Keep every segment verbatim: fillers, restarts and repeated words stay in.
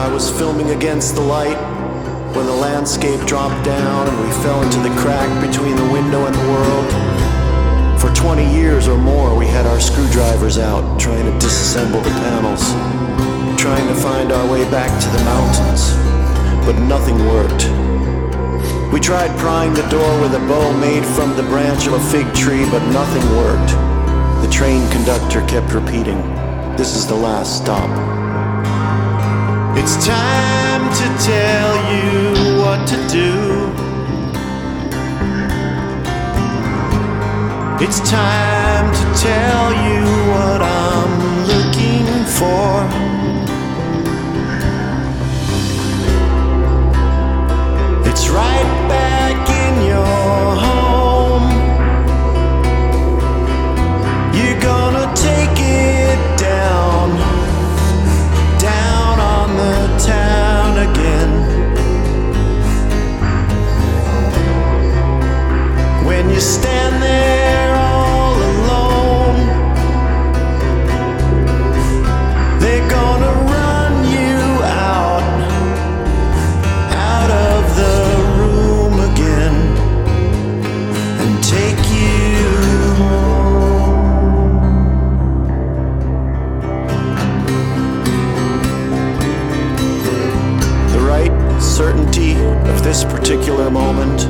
I was filming against the light when the landscape dropped down and we fell into the crack between the window and the world. For twenty years or more we had our screwdrivers out trying to disassemble the panels, trying to find our way back to the mountains, but nothing worked. We tried prying the door with a bow made from the branch of a fig tree, but nothing worked. The train conductor kept repeating, "This is the last stop." It's time to tell you what to do. It's time to tell you what I'm looking for. It's right back in your home. You're gonna take it down, down on the town again. When you stand there all alone, they're gonna run you out, out of the room again, and take you home. The right certainty of this particular moment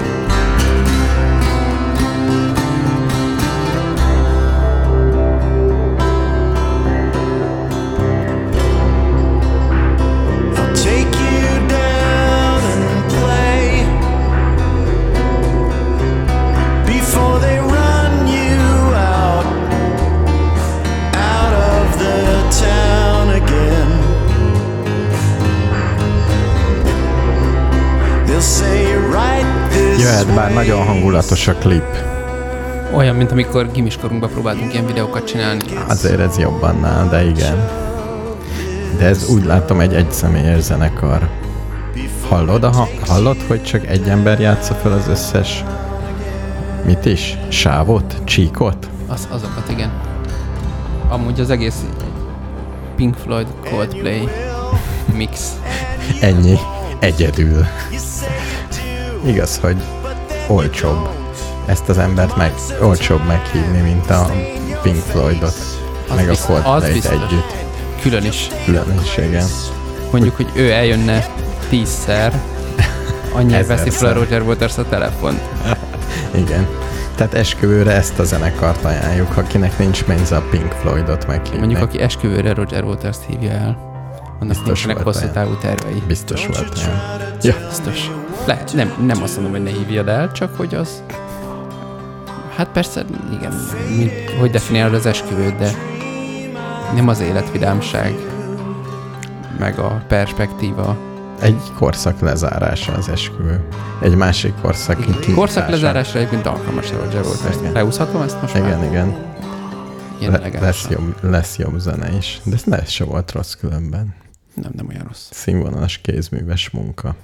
jöhet, bár nagyon hangulatos a klip. Olyan, mint amikor gimiskorunkban próbáltunk ilyen videókat csinálni. Azért ez jobb annál, de igen. De ez úgy látom egy egyszemélyes zenekar. Hallod, a, hallod, hogy csak egy ember játsza fel az összes mit is? Sávot? Csíkot? Az, azokat, igen. Amúgy az egész Pink Floyd Coldplay mix. Ennyi. Egyedül. Igaz, hogy olcsóbb ezt az embert meg, olcsóbb meghívni, mint a Pink Floydot, az meg biztos, a Coldplay-t együtt. Külön is. Külön is, igen. Mondjuk, hogy ő eljönne tízszer, annyira veszi fel a Roger Waters a telefont. Igen. Tehát esküvőre ezt a zenekart ajánljuk, akinek nincs pénze a Pink Floydot meghívni. Mondjuk, aki esküvőre Roger Waters-t hívja el, annak nincsenek hosszú távú tervei. Biztos volt olyan. Ja. Biztos. Le, nem, nem azt mondom, hogy ne hívjad el, csak hogy az... Hát persze, igen, mi, hogy definiálod az esküvőt, de nem az életvidámság, meg a perspektíva. Egy korszak lezárása az esküvő. Egy másik korszak kinyitása. Korszak lezárásra egyébként alkalmas a Roger Waters. Lehúzhatom ezt most igen, már? Igen, igen. Le, lesz, jobb, lesz jobb zene is. De ez se volt rossz különben. Nem, nem olyan rossz. Színvonalas kézműves munka.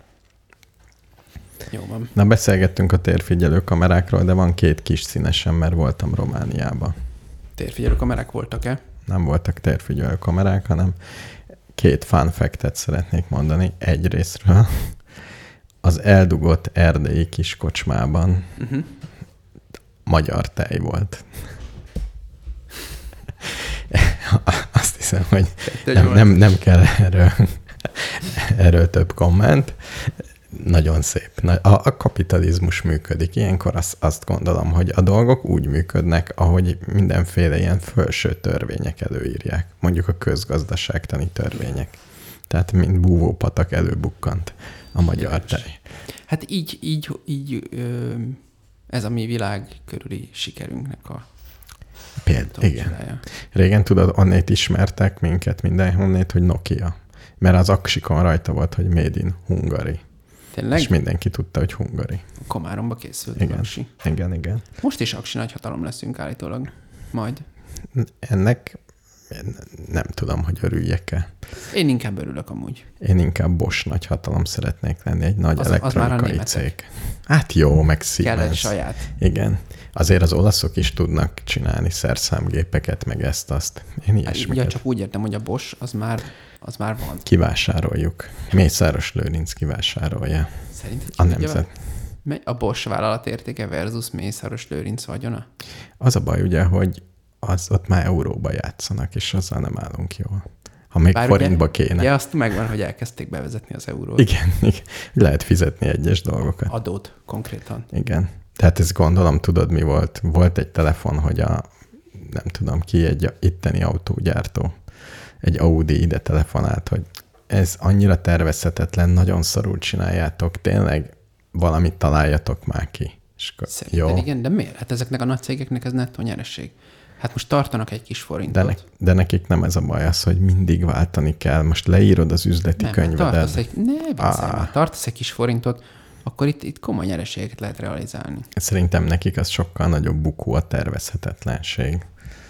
Jó van. Na, beszélgettünk a térfigyelő kamerákról, de van két kis színesen, mert voltam Romániában. Térfigyelő kamerák voltak-e? Nem voltak térfigyelő kamerák, hanem két fun fact-et szeretnék mondani. Egyrésztről az eldugott erdélyi kis kocsmában uh-huh. magyar tej volt. Azt hiszem, hogy nem, nem, nem kell erről, erről több komment. Nagyon szép. A, a kapitalizmus működik. Ilyenkor azt, azt gondolom, hogy a dolgok úgy működnek, ahogy mindenféle ilyen felső törvények előírják. Mondjuk a közgazdaságtani törvények. Tehát mint búvópatak előbukkant a magyar tej. Hát így, így, így ö, ez a mi világ körüli sikerünknek a Például, igen. Csinálja. Régen tudod, onnét ismertek minket mindenhonnét, hogy Nokia. Mert az aksikon rajta volt, hogy Made in Hungary. Tényleg? És mindenki tudta, hogy Hungary. Komáromba készült igen. Aksi. Igen, igen. Most is aksi nagyhatalom leszünk állítólag. Majd. Ennek nem tudom, hogy örüljek-e. Én inkább örülök amúgy. Én inkább Bosch nagyhatalom szeretnék lenni, egy nagy az, elektronikai az cég. Hát jó, meg Siemens. Kell egy saját. Igen. Azért az olaszok is tudnak csinálni szerszámgépeket, meg ezt-azt. Én ilyesmiket. Ja, csak úgy értem, hogy a Bosch az már, az már van. Kivásároljuk. Mészáros Lőrinc kivásárolja. Szerinted a nemzet. A Bosch vállalat értéke versus Mészáros Lőrinc vagyona? Az a baj ugye, hogy az ott már euróba játszanak, és azzal nem állunk jól. Ha még Bár forintba ugye, kéne. Ja, azt megvan, hogy elkezdték bevezetni az eurót. Igen, igen. Lehet fizetni egyes dolgokat. Adót konkrétan. Igen. Tehát ezt gondolom, tudod, mi volt? Volt egy telefon, hogy a, nem tudom ki, egy itteni autógyártó, egy Audi ide telefonált, hogy ez annyira tervezhetetlen, nagyon szarul csináljátok, tényleg valamit találjatok már ki. És jó. Igen, de miért? Hát ezeknek a nagy cégeknek ez nettó nyereség. Hát most tartanak egy kis forintot. De, ne, de nekik nem ez a baj az, hogy mindig váltani kell. Most leírod az üzleti nem, könyvedet. Tartasz egy, ne, ah. tartasz egy kis forintot, akkor itt, itt komoly nyereséget lehet realizálni. Szerintem nekik az sokkal nagyobb bukó a tervezhetetlenség.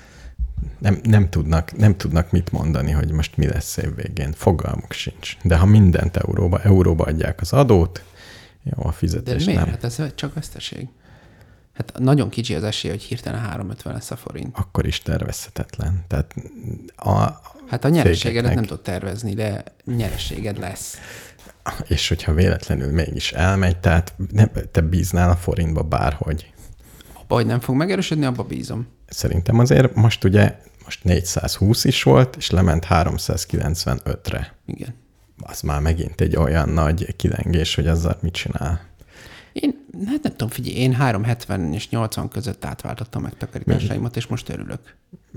Nem, nem, tudnak, nem tudnak mit mondani, hogy most mi lesz év végén. Fogalmuk sincs. De ha mindent euróba, euróba adják az adót, jó, a fizetés de miért? nem. Hát ez csak veszteség. Hát nagyon kicsi az esély, hogy hirtelen háromszázötven lesz a forint. Akkor is tervezhetetlen. Tehát a hát a nyereségedet nem tudod tervezni, de nyereséged lesz. És hogyha véletlenül mégis elmegy, tehát ne, te bíznál a forintba bárhogy. Abba, hogy nem fog megerősödni, abba bízom. Szerintem azért most ugye, most négyszázhúsz is volt, és lement háromszázkilencvenötre. Igen. Az már megint egy olyan nagy kilengés, hogy azzal mit csinál. Én, hát nem tudom, figyelj, én háromszázhetven és nyolcvan között átváltottam megtakarításaimat, és most örülök.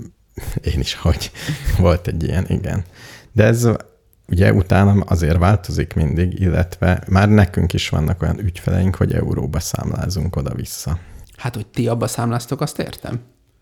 Én is, hogy volt egy ilyen, igen. De ez ugye utána azért változik mindig, illetve már nekünk is vannak olyan ügyfeleink, hogy euróba számlázunk oda-vissza. Hát, hogy ti abba számláztok, azt értem.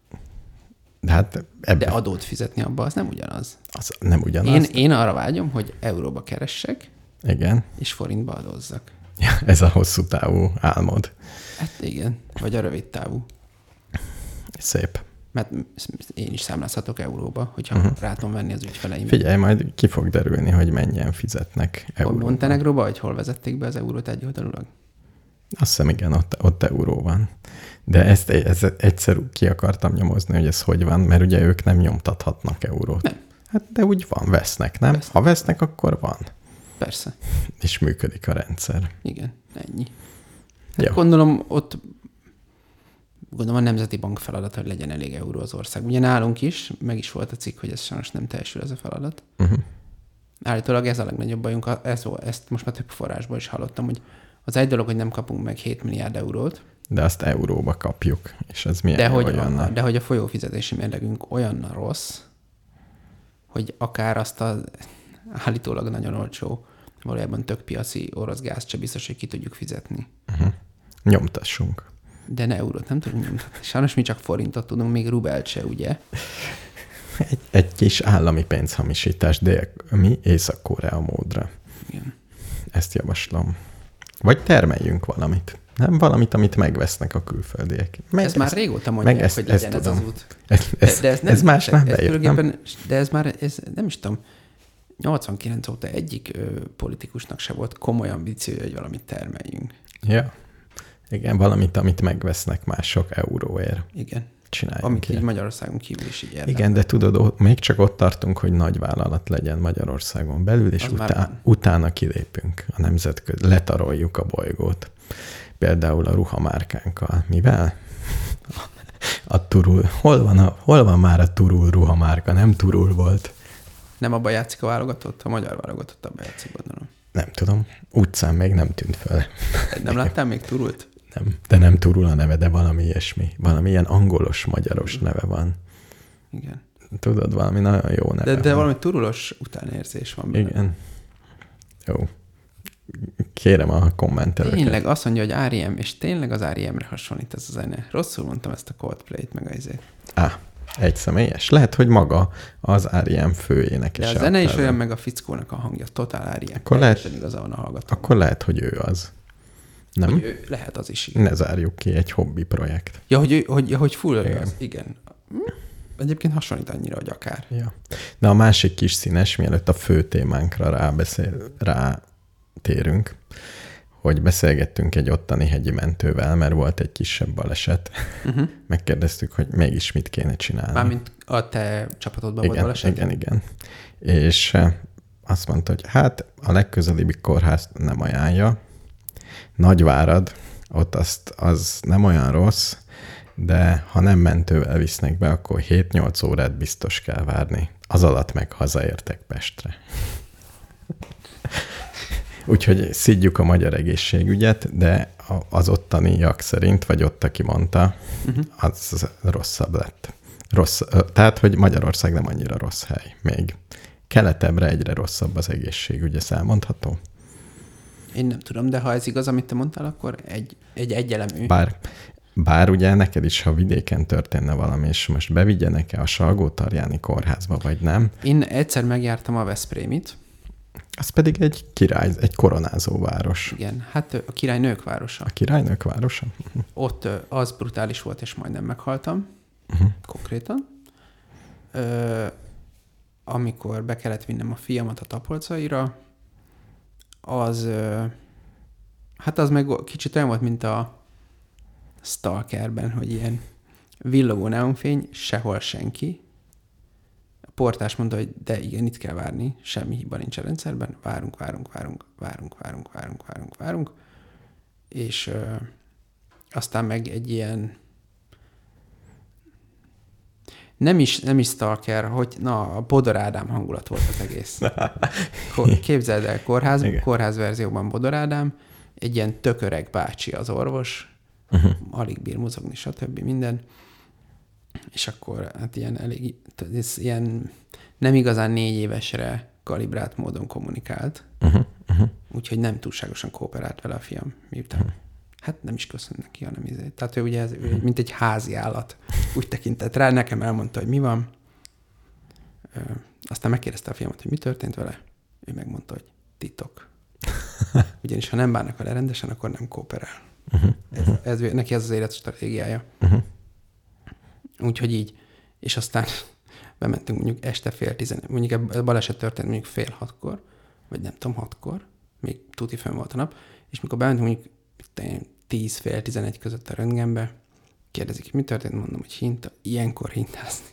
De hát ebbe... De adót fizetni abba, az nem ugyanaz. Az nem ugyanaz. Én, én arra vágyom, hogy euróba keressek, igen. És forintba adózzak. Ja, ez a hosszú távú álmod. Hát igen, vagy a rövid távú. Szép. Mert én is számlázhatok euróba, hogyha uh-huh. rá tudom venni az ügyfeleimet. Figyelj, majd ki fog derülni, hogy mennyien fizetnek euróba. Montenegróba, vagy hol vezették be az eurót egyoldalúlag? Azt hiszem, igen, ott, ott euró van. De ezt, ezt egyszer ki akartam nyomozni, hogy ez hogy van, mert ugye ők nem nyomtathatnak eurót. Nem. Hát de úgy van, vesznek, nem? Vesznek. Ha vesznek, akkor van. Persze. És működik a rendszer. Igen, ennyi. Hát gondolom, ott gondolom a Nemzeti Bank feladata, hogy legyen elég euró az ország. Ugye nálunk is, meg is volt a cikk, hogy ez sajnos nem teljesül ez a feladat. Uh-huh. Állítólag ez a legnagyobb bajunk, ez, ezt most már több forrásból is hallottam, hogy az egy dolog, hogy nem kapunk meg hét milliárd eurót. De azt euróba kapjuk, és ez milyen de hogy, a, de hogy a folyófizetési mérlegünk olyan rossz, hogy akár azt az állítólag nagyon olcsó, valójában tök piaci orosz gázt se biztos, hogy ki tudjuk fizetni. Uh-huh. Nyomtassunk. De ne eurót nem tudunk nyomtatni. Sajnos mi csak forintot tudunk, még rubelt se, ugye? Egy, egy kis állami pénzhamisítás, de mi Észak-Korea módra. Igen. Ezt javaslom. Vagy termeljünk valamit. Nem valamit, amit megvesznek a külföldiek. Meg ez ezt, már régóta mondják, ezt, hogy legyen ez az út. Ez, ez, de, de ez, nem, ez más nem bejött, nem? De ez már, ez, nem is tudom, nyolcvankilenc óta egyik ö, politikusnak se volt komoly ambíciója, hogy valamit termeljünk. Ja. Igen, valamit, amit megvesznek mások euróért. Igen. Csináljunk. Amit így Magyarországon kívül is így érdemel. Igen, de tudod, még csak ott tartunk, hogy nagy vállalat legyen Magyarországon belül, és utá- utána kilépünk a nemzetközi, letaroljuk a bolygót. Például a ruhamárkánkkal. Mivel? A Turul. Hol van, a, hol van már a Turul ruhamárka? Nem Turul volt. Nem abban játszik a válogatott? A magyar válogatott abban játszik, gondolom. Nem tudom. Utcán még nem tűnt fel. Nem láttál még Turult? Nem, de nem Turul a neve, de valami ilyesmi. Valami ilyen angolos, magyaros neve van. Igen. Tudod, valami nagyon jó neve De, de van. valami turulos utánérzés van benne. Igen. Jó. Kérem a kommentelőket. Tényleg azt mondja, hogy á er em, és tényleg az á er em-re hasonlít ez a zene. Rosszul mondtam ezt a Coldplay-t, meg a izét. Á, egy személyes. Lehet, hogy maga az á er em főénekese. De a zene is olyan, meg a fickónak a hangja. Totál á er em. Akkor lehet, igaza van a hallgató. akkor lehet, hogy ő az. Nem? Hogy ő, lehet az is. Igen. Ne zárjuk ki, egy hobbi projekt. Ja, hogy, ő, hogy, hogy full igen. Az. Igen. Egyébként hasonlít annyira, hogy akár. Ja. De a másik kis színes, mielőtt a fő témánkra rábeszél, rátérünk, hogy beszélgettünk egy ottani hegyi mentővel, mert volt egy kisebb baleset. Uh-huh. Megkérdeztük, hogy mégis mit kéne csinálni. Mármint a te csapatodban igen, volt baleset? Igen, igen. És azt mondta, hogy hát a legközelebbi kórház nem ajánlja. Nagyvárad, ott azt, az nem olyan rossz, de ha nem mentővel visznek be, akkor hét-nyolc órát biztos kell várni. Az alatt meg hazaértek Pestre. Úgyhogy szidjuk a magyar egészségügyet, de az ottaniak szerint, vagy ott, aki mondta, uh-huh. az rosszabb lett. Rossz, tehát, hogy Magyarország nem annyira rossz hely. Még keletebbre egyre rosszabb az egészségügy, ez elmondható? Én nem tudom, de ha ez igaz, amit te mondtál, akkor egy, egy egyelemű. Bár, bár ugye neked is, ha vidéken történne valami, és most bevigyenek-e a Salgótarjáni kórházba, vagy nem? Én egyszer megjártam a Veszprémit. Az pedig egy király, egy koronázó város. Igen, hát a királynők városa. A királynők városa? Uh-huh. Ott az brutális volt, és majdnem meghaltam. Uh-huh. Konkrétan. Ö, amikor be kellett vinnem a fiamat a Tapolcaira, az hát az meg kicsit olyan volt, mint a Stalkerben, hogy ilyen villogó neonfény, sehol senki. A portás mondta, hogy de igen, itt kell várni, semmi hiba nincs a rendszerben, várunk, várunk, várunk, várunk, várunk, várunk, várunk, várunk, és ö, aztán meg egy ilyen nem is, nem is Stalker, hogy na, a Bodor Ádám hangulat volt az egész. Képzeld el, kórház, kórház verzióban Bodor Ádám, egy ilyen tököreg bácsi az orvos, uh-huh. alig bír mozogni, stb. Minden. És akkor hát ilyen elég, ez ilyen nem igazán négy évesre kalibrált módon kommunikált, uh-huh. Uh-huh. úgyhogy nem túlságosan kooperált vele a fiam, miután uh-huh. hát nem is köszön neki, hanem izé. Tehát ő ugye ez, ő, mint egy házi állat. Úgy tekintett rá, nekem elmondta, hogy mi van. Ö, aztán megkérdezte a fiamat, hogy mi történt vele. Ő megmondta, hogy titok. Ugyanis ha nem bánnak vele rendesen, akkor nem kooperál. Uh-huh. Ez, ez, neki ez az életstratégiája. Uh-huh. Úgyhogy így. És aztán bementünk mondjuk este fél tizenegy. Mondjuk a baleset történt mondjuk fél hatkor, vagy nem tudom, hatkor. Még tuti fenn volt a nap. És mikor bementünk mondjuk tíz fél tizenegy között a röntgenbe, kérdezik, mi történt, mondom, hogy hinta, ilyenkor hintázni.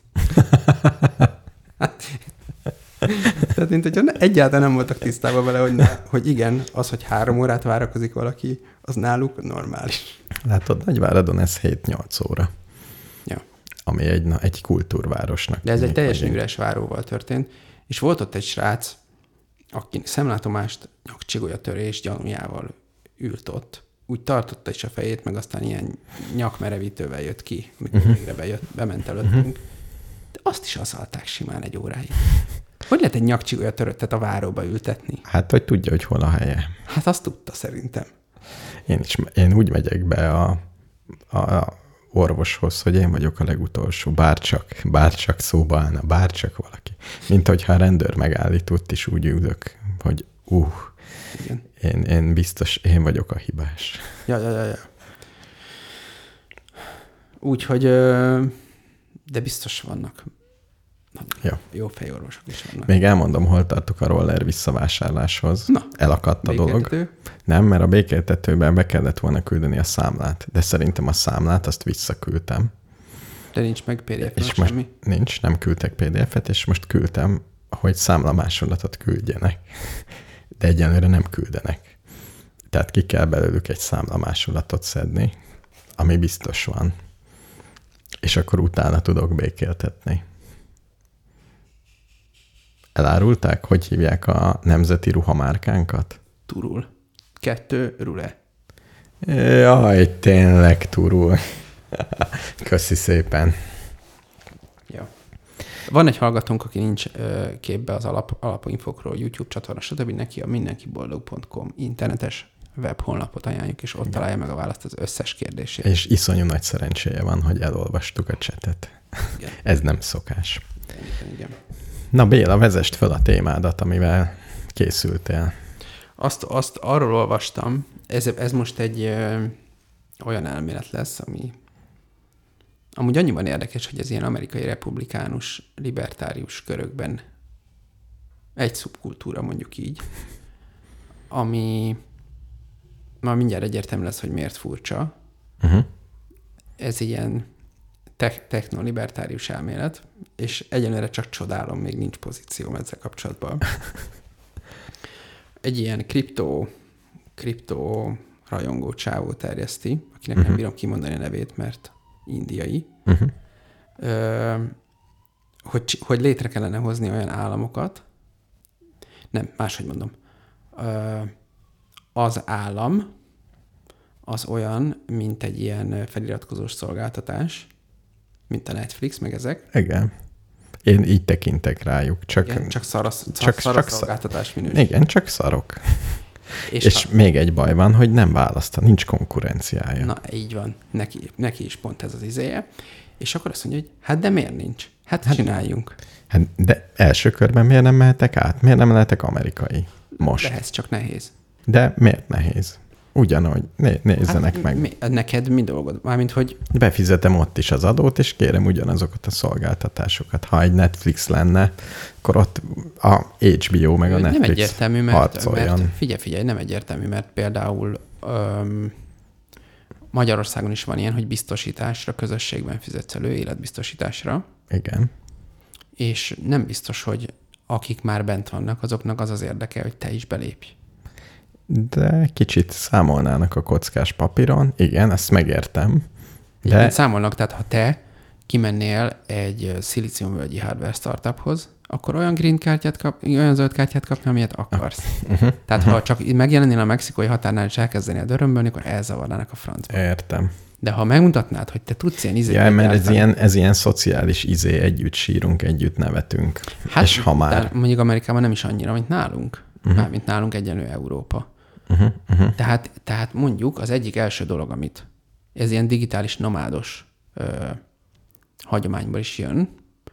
hát, tehát, mint hogyha egyáltalán nem voltak tisztában vele, hogy, ne, hogy igen, az, hogy három órát várakozik valaki, az náluk normális. Látod, Nagyváradon ez hét-nyolc óra. Ja. Ami egy, na, egy kultúrvárosnak. De ez egy teljesen üres váróval történt, és volt ott egy srác, aki szemlátomást, nyakcsigolya-törés gyanújával ült ott. Úgy tartotta is a fejét, meg aztán ilyen nyakmerevítővel jött ki, mikor uh-huh. végre bejött, bement előttünk. Uh-huh. De azt is aszalták simán egy óráig. Hogy lehet egy nyakcsigolya töröttet a váróba ültetni? Hát, hogy tudja, hogy hol a helye. Hát azt tudta szerintem. Én is, én úgy megyek be a, a orvoshoz, hogy én vagyok a legutolsó, bárcsak, bárcsak szóba állna, bárcsak valaki. Mint hogyha a rendőr megállított, is úgy ülök, hogy uh, igen. Én, én biztos, én vagyok a hibás. Ja, ja, ja, ja. Úgyhogy, de biztos vannak. Ja. Jó fejorvosok is vannak. Még elmondom, hol tartok a roller visszavásárláshoz. Na, elakadt a dolog. Nem, mert a békéltetőben be kellett volna küldeni a számlát, de szerintem a számlát azt visszaküldtem. De nincs meg pé dé ef, és semmi? Nincs, nem küldtek pé dé ef-et, és most küldtem, hogy számlamásolatot küldjenek. De egyenlőre nem küldenek. Tehát ki kell belőlük egy számlamásolatot szedni, ami biztos van. És akkor utána tudok békéltetni. Elárulták, hogy hívják a nemzeti ruhamárkánkat? Turul. Kettő rule. Jaj, tényleg turul. Köszi szépen. Ja. Van egy hallgatónk, aki nincs ö, képbe az alap, alapinfokról, YouTube csatorna, stb. Neki a mindenkiboldog pont com internetes webhonlapot ajánljuk, és ott igen. találja meg a választ az összes kérdésére. És iszonyú nagy szerencséje van, hogy elolvastuk a csetet. Igen. Ez nem szokás. Igen, igen. Na Béla, vezest fel a témádat, amivel készültél. Azt, azt arról olvastam, ez, ez most egy ö, olyan elmélet lesz, ami amúgy annyiban érdekes, hogy ez ilyen amerikai republikánus, libertárius körökben egy szubkultúra, mondjuk így, ami ma mindjárt egyértelmű lesz, hogy miért furcsa. Uh-huh. Ez ilyen te- technolibertárius elmélet, és egyenlőre csak csodálom, még nincs pozícióm ezzel kapcsolatban. Egy ilyen kriptó, kriptó rajongó csávó terjeszti, akinek uh-huh. nem bírom kimondani a nevét, mert indiai, uh-huh. Ö, hogy, hogy létre kellene hozni olyan államokat, nem, máshogy mondom, Ö, az állam az olyan, mint egy ilyen feliratkozós szolgáltatás, mint a Netflix, meg ezek. Igen. Én így tekintek rájuk. Csak, igen, csak szaros, csak, szaros csak szolgáltatás minőség. Igen, csak szarok. És, és ha... még egy baj van, hogy nem választa, nincs konkurenciája. Na, így van. Neki, neki is pont ez az izéje. És akkor azt mondja, hogy hát de miért nincs? Hát, hát csináljunk. Hát, de első körben miért nem mehetek át? Miért nem lehetek amerikai? Most. De ez csak nehéz. De miért nehéz? Ugyanúgy, né- nézzenek hát, meg. Mi, neked mi dolgod? Mármint, hogy... Befizetem ott is az adót, és kérem ugyanazokat a szolgáltatásokat. Ha egy Netflix lenne, akkor ott a há bé ó meg a Netflix nem egyértelmű, mert, harcoljon. mert figyelj, figyelj, nem egyértelmű, mert például öm, Magyarországon is van ilyen, hogy biztosításra, közösségben fizetsz elő, életbiztosításra. Igen. És nem biztos, hogy akik már bent vannak, azoknak az az érdeke, hogy te is belépj. De kicsit számolnának a kockás papíron. Igen, ezt megértem. De... Igen, számolnak, tehát ha te kimennél egy szilíciumvölgyi hardware startuphoz, akkor olyan green kártyát kap, olyan zöld kártyát kapni, amilyet akarsz. Uh-huh. Tehát uh-huh. ha csak megjelennél a mexikói határnál, és elkezdenél dörömbölni, akkor elzavarnának a francba. Értem. De ha megmutatnád, hogy te tudsz ilyen izé... Ja, mert ez ilyen, ez ilyen szociális izé, együtt sírunk, együtt nevetünk. Hát, és ha már... mondjuk Amerikában nem is annyira, mint nálunk. Uh-huh. Már, mint nálunk egyenlő Európa. Uh-huh, uh-huh. Tehát, tehát mondjuk az egyik első dolog, amit ez ilyen digitális nomádos ö, hagyományból is jön,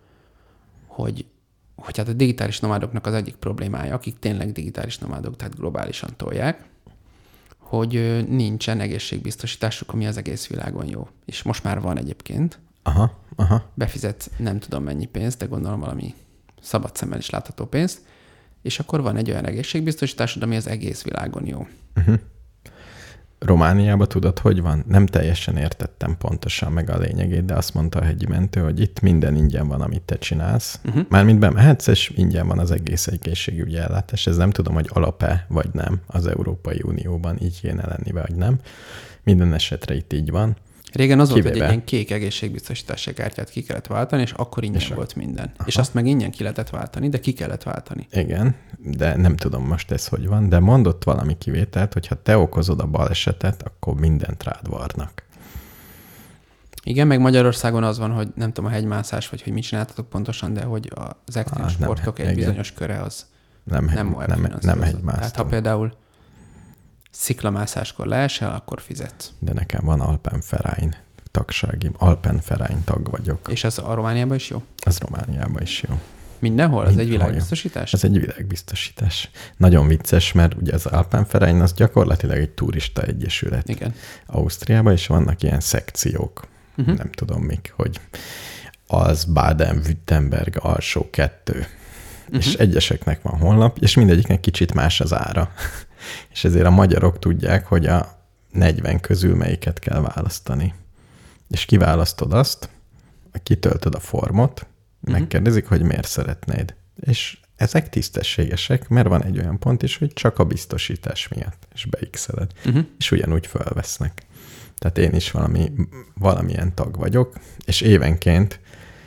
hogy, hogy hát a digitális nomádoknak az egyik problémája, akik tényleg digitális nomádok, tehát globálisan tolják, hogy ö, nincsen egészségbiztosításuk, ami az egész világon jó. És most már van egyébként. Aha, aha. Befizetsz nem tudom mennyi pénzt, de gondolom valami szabad szemmel is látható pénzt, és akkor van egy olyan egészségbiztosításod, ami az egész világon jó. Uh-huh. Romániában tudod, hogy van? Nem teljesen értettem pontosan meg a lényegét, de azt mondta a hegyi mentő, hogy itt minden ingyen van, amit te csinálsz. Uh-huh. Mármint bemehetsz, és ingyen van az egész egészségügyi ellátás. Ez nem tudom, hogy alap-e, vagy nem. Az Európai Unióban így kéne lenni, vagy nem. Minden esetre itt így van. Régen az volt, hogy egy ilyen kék egészségbiztosítási kártyát ki kellett váltani, és akkor ingyen és volt minden. Aha. És azt meg ingyen ki lehetett váltani, de ki kellett váltani. Igen, de nem tudom most ez hogy van, de mondott valami kivételt, hogy ha te okozod a balesetet, akkor mindent rád varnak. Igen, meg Magyarországon az van, hogy nem tudom, a hegymászás, vagy hogy mit csináltatok pontosan, de hogy az extrém ah, sportok nem, egy igen. bizonyos köre az nem, nem, nem, nem, nem hegymásztam. Tehát ha például sziklamászáskor leesel, akkor fizetsz. De nekem van Alpenverein tagságim. Alpenverein tag vagyok. És az a Romániában is jó? Az Romániában is jó. Mindenhol? Ez egy világbiztosítás? Ez egy világbiztosítás. Nagyon vicces, mert ugye az Alpenverein az gyakorlatilag egy turista egyesület. Igen. Ausztriában is vannak ilyen szekciók. Uh-huh. Nem tudom mik, hogy az Baden-Württemberg alsó kettő. Uh-huh. És egyeseknek van honlap, és mindegyiknek kicsit más az ára. És ezért a magyarok tudják, hogy a negyven közül melyiket kell választani. És kiválasztod azt, kitöltöd a formot, uh-huh. megkérdezik, hogy miért szeretnéd. És ezek tisztességesek, mert van egy olyan pont is, hogy csak a biztosítás miatt, és beixeled. Uh-huh. És ugyanúgy felvesznek. Tehát én is valami, valamilyen tag vagyok, és évenként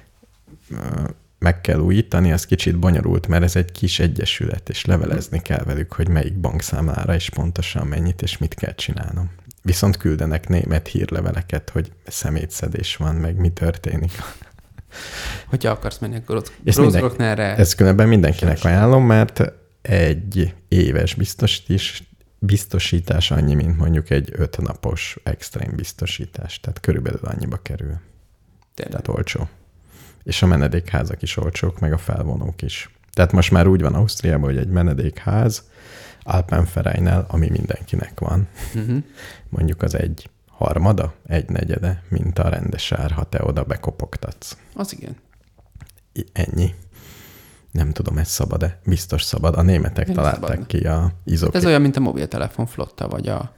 meg kell újítani, az kicsit bonyolult, mert ez egy kis egyesület, és levelezni kell velük, hogy melyik bankszámlára is pontosan mennyit, és mit kell csinálnom. Viszont küldenek német hírleveleket, hogy szemétszedés van, meg mi történik. Hogyha akarsz menni, akkor ott erre... Ez különben mindenkinek Sors. ajánlom, mert egy éves biztosítás, biztosítás annyi, mint mondjuk egy öt napos extrém biztosítás. Tehát körülbelül annyiba kerül. Tényleg. Tehát olcsó. És a menedékházak is olcsók, meg a felvonók is. Tehát most már úgy van Ausztriában, hogy egy menedékház Alpenvereinnel, ami mindenkinek van. Uh-huh. Mondjuk az egy harmada, egy negyede, mint a rendes ár, ha te oda bekopogtatsz. Az igen. Ennyi. Nem tudom, ez szabad-e? Biztos szabad. A németek nem találták szabad. ki a izokét. Ez olyan, mint a mobiltelefon flotta, vagy a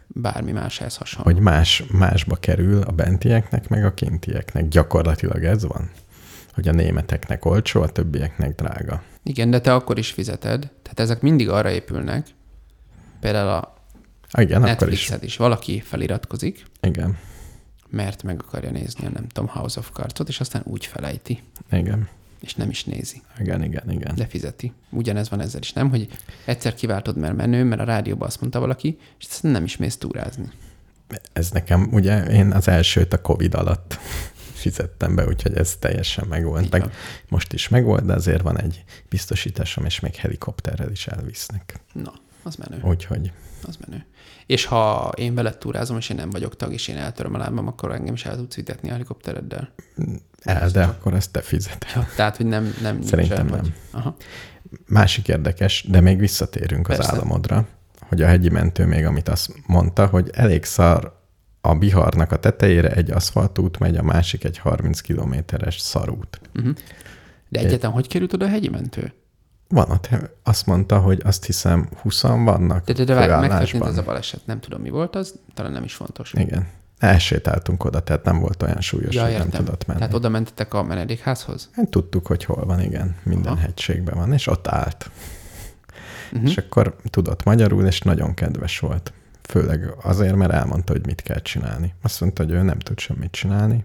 bármi máshez hasonló. Hogy más, másba kerül a bentieknek, meg a kintieknek. Gyakorlatilag ez van? Hogy a németeknek olcsó, a többieknek drága. Igen, de te akkor is fizeted. Tehát ezek mindig arra épülnek. Például a Igen, Netflixet is. is. Valaki feliratkozik, Igen. mert meg akarja nézni a nem tudom, House of Cards-ot, és aztán úgy felejti. Igen. És nem is nézi. Igen, igen, igen. De fizeti. Ugyanez van ezzel is, nem? Hogy egyszer kiváltod, mert menő, mert a rádióban azt mondta valaki, és aztán nem is mész túrázni. Ez nekem, ugye én az elsőt a Covid alatt fizettem be, úgyhogy ez teljesen megvolt. Meg most is megvolt, de azért van egy biztosításom, és még helikopterrel is elvisznek. Na, az menő. Úgyhogy. Az menő. És ha én veled túrázom, és én nem vagyok tag, és én eltöröm a lábam, akkor engem is el tudsz vitetni a helikoptereddel? El, de akkor ezt te fizeted. Ja, tehát, hogy nem, nem Szerintem nincs el, nem. Vagy... Aha. Másik érdekes, de még visszatérünk Persze. az államodra, hogy a hegyi mentő még amit azt mondta, hogy elég szar a Biharnak a tetejére egy aszfaltút megy, a másik egy harminc kilométeres szarút. Uh-huh. De egyáltalán hogy került oda a hegyi mentő? Van ott, azt mondta, hogy azt hiszem húszan vannak. De, de, de megtörtént ez a baleset, nem tudom mi volt az, talán nem is fontos. Igen. Elsétáltunk oda, tehát nem volt olyan súlyos, ja, hogy értem. nem tudott menni. Tehát oda mentetek a menedékházhoz? Hát tudtuk, hogy hol van, igen. Minden Aha. hegységben van, és ott állt. Uh-huh. És akkor tudott magyarul, és nagyon kedves volt. Főleg azért, mert elmondta, hogy mit kell csinálni. Azt mondta, hogy ő nem tud semmit csinálni,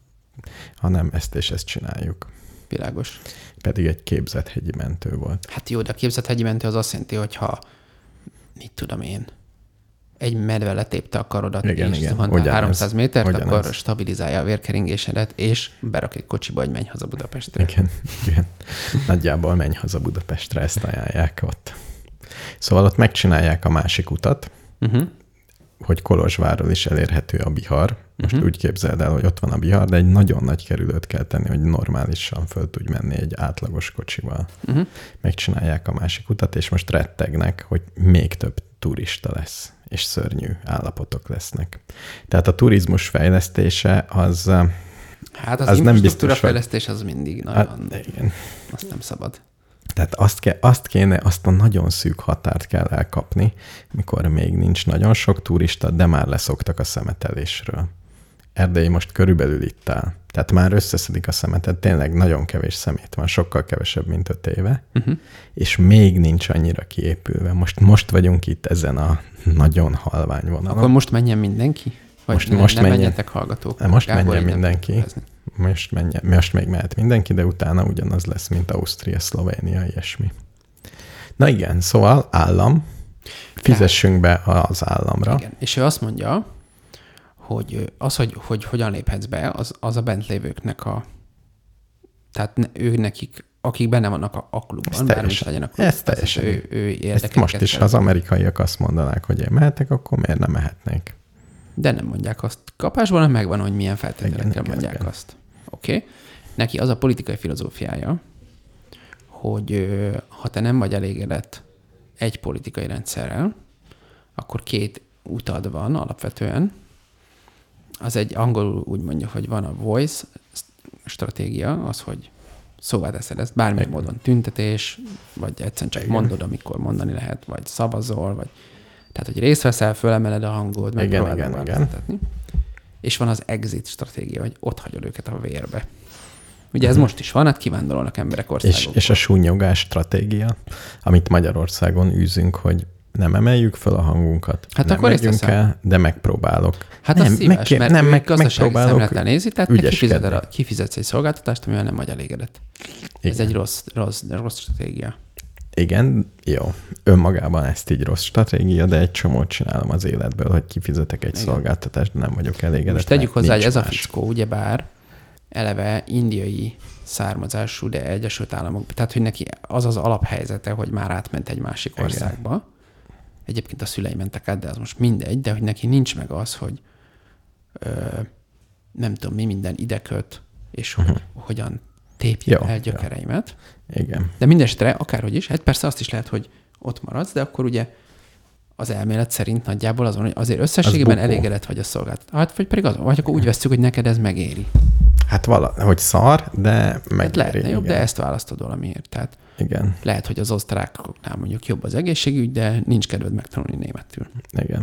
hanem ezt és ezt csináljuk. Világos. Pedig egy képzett hegyi mentő volt. Hát jó, de a képzett hegyi mentő az azt jelenti, hogy ha, mit tudom én, egy medve letépte a karodat, igen, és igen. zuhantál háromszáz métert, ugyanez. Akkor stabilizálja a vérkeringésedet, és berak egy kocsiba, hogy menj haza Budapestre. Igen, igen. Nagyjából menj haza Budapestre, ezt ajánlják ott. Szóval ott megcsinálják a másik utat, uh-huh. hogy Kolozsvárról is elérhető a Bihar. Most uh-huh. úgy képzeld el, hogy ott van a Bihar, de egy nagyon nagy kerülőt kell tenni, hogy normálisan föl tudj menni egy átlagos kocsival. Uh-huh. Megcsinálják a másik utat, és most rettegnek, hogy még több turista lesz, és szörnyű állapotok lesznek. Tehát a turizmus fejlesztése az Hát az, az nem biztos, fejlesztés az mindig nagyon... Hát, igen. Azt nem szabad. Tehát azt, ke, azt kéne, azt a nagyon szűk határt kell elkapni, mikor még nincs nagyon sok turista, de már leszoktak a szemetelésről. Erdély most körülbelül itt áll. Tehát már összeszedik a szemetet, tényleg nagyon kevés szemét van, sokkal kevesebb, mint öt éve, uh-huh. és még nincs annyira kiépülve. Most, most vagyunk itt ezen a nagyon halvány vonalon. Akkor most menjen mindenki? Vagy most, ne, most nem menjen, menjetek hallgatók? Most Gábor, menjen mindenki. Most, menjen, most még mehet mindenki, de utána ugyanaz lesz, mint Ausztria, Szlovénia, ilyesmi. Na igen, szóval állam, fizessünk be az államra. Igen, és ő azt mondja, hogy az, hogy, hogy hogyan léphetsz be, az, az a bent lévőknek a... Tehát ne, ő nekik, akik benne vannak a, a klubban, bármi is legyen a klub. Ez teljesen. Ő, ő Ezt most is, ha az amerikaiak azt mondanák, hogy én mehetek, akkor miért nem mehetnék? De nem mondják azt kapásból, hanem megvan, hogy milyen feltételekkel mondják igen. azt. Oké. Okay. Neki az a politikai filozófiája, hogy ha te nem vagy elégedett egy politikai rendszerrel, akkor két utad van alapvetően. Az egy angolul úgy mondja, hogy van a voice stratégia, az, hogy szóvá teszed ezt bármilyen módon, tüntetés, vagy egyszerűen csak igen. mondod, amikor mondani lehet, vagy szavazol, vagy tehát, hogy részt veszel, fölemeled a hangod, megpróbálod megváltoztatni. És van az exit stratégia, hogy ott hagyod őket a vérbe. Ugye ez uh-huh. most is van, hát kivándorolnak emberek országokból. És, és a súnyogás stratégia, amit Magyarországon űzünk, hogy nem emeljük föl a hangunkat, hát nem akkor megyünk el, de megpróbálok. Hát nem, az szíves, mert nem, meg, gazdasági szemlettel nézi, tehát ügyeskedni. kifizetsz egy szolgáltatást, amivel nem vagy elégedett. Igen. Ez egy rossz, rossz, rossz stratégia. Igen, jó. Önmagában ezt így rossz stratégia, de egy csomót csinálom az életből, hogy kifizetek egy igen. szolgáltatást, de nem vagyok elégedett. Most tegyük hozzá, hogy ez más. A fickó, ugyebár eleve indiai származású, de Egyesült Államok. Tehát, hogy neki az az alaphelyzete, hogy már átment egy másik igen. országba. Egyébként a szülei mentek át, de az most mindegy, de hogy neki nincs meg az, hogy ö, nem tudom, mi minden ide köt, és uh-huh. hogy, hogyan tépjem el gyökereimet. Jó. Igen. De mindesetre, akárhogy is, hát persze azt is lehet, hogy ott maradsz, de akkor ugye az elmélet szerint nagyjából azon, hogy azért összességében az elégedett vagy a szolgáltatás. Hát vagy pedig azon, vagy akkor úgy veszük, hogy neked ez megéri. Hát valahogy szar, de megéri. Hát lehetne igen. jobb, de ezt választod valamiért. Tehát igen. lehet, hogy az osztrákoknál mondjuk jobb az egészségügy, de nincs kedved megtanulni németül. Igen.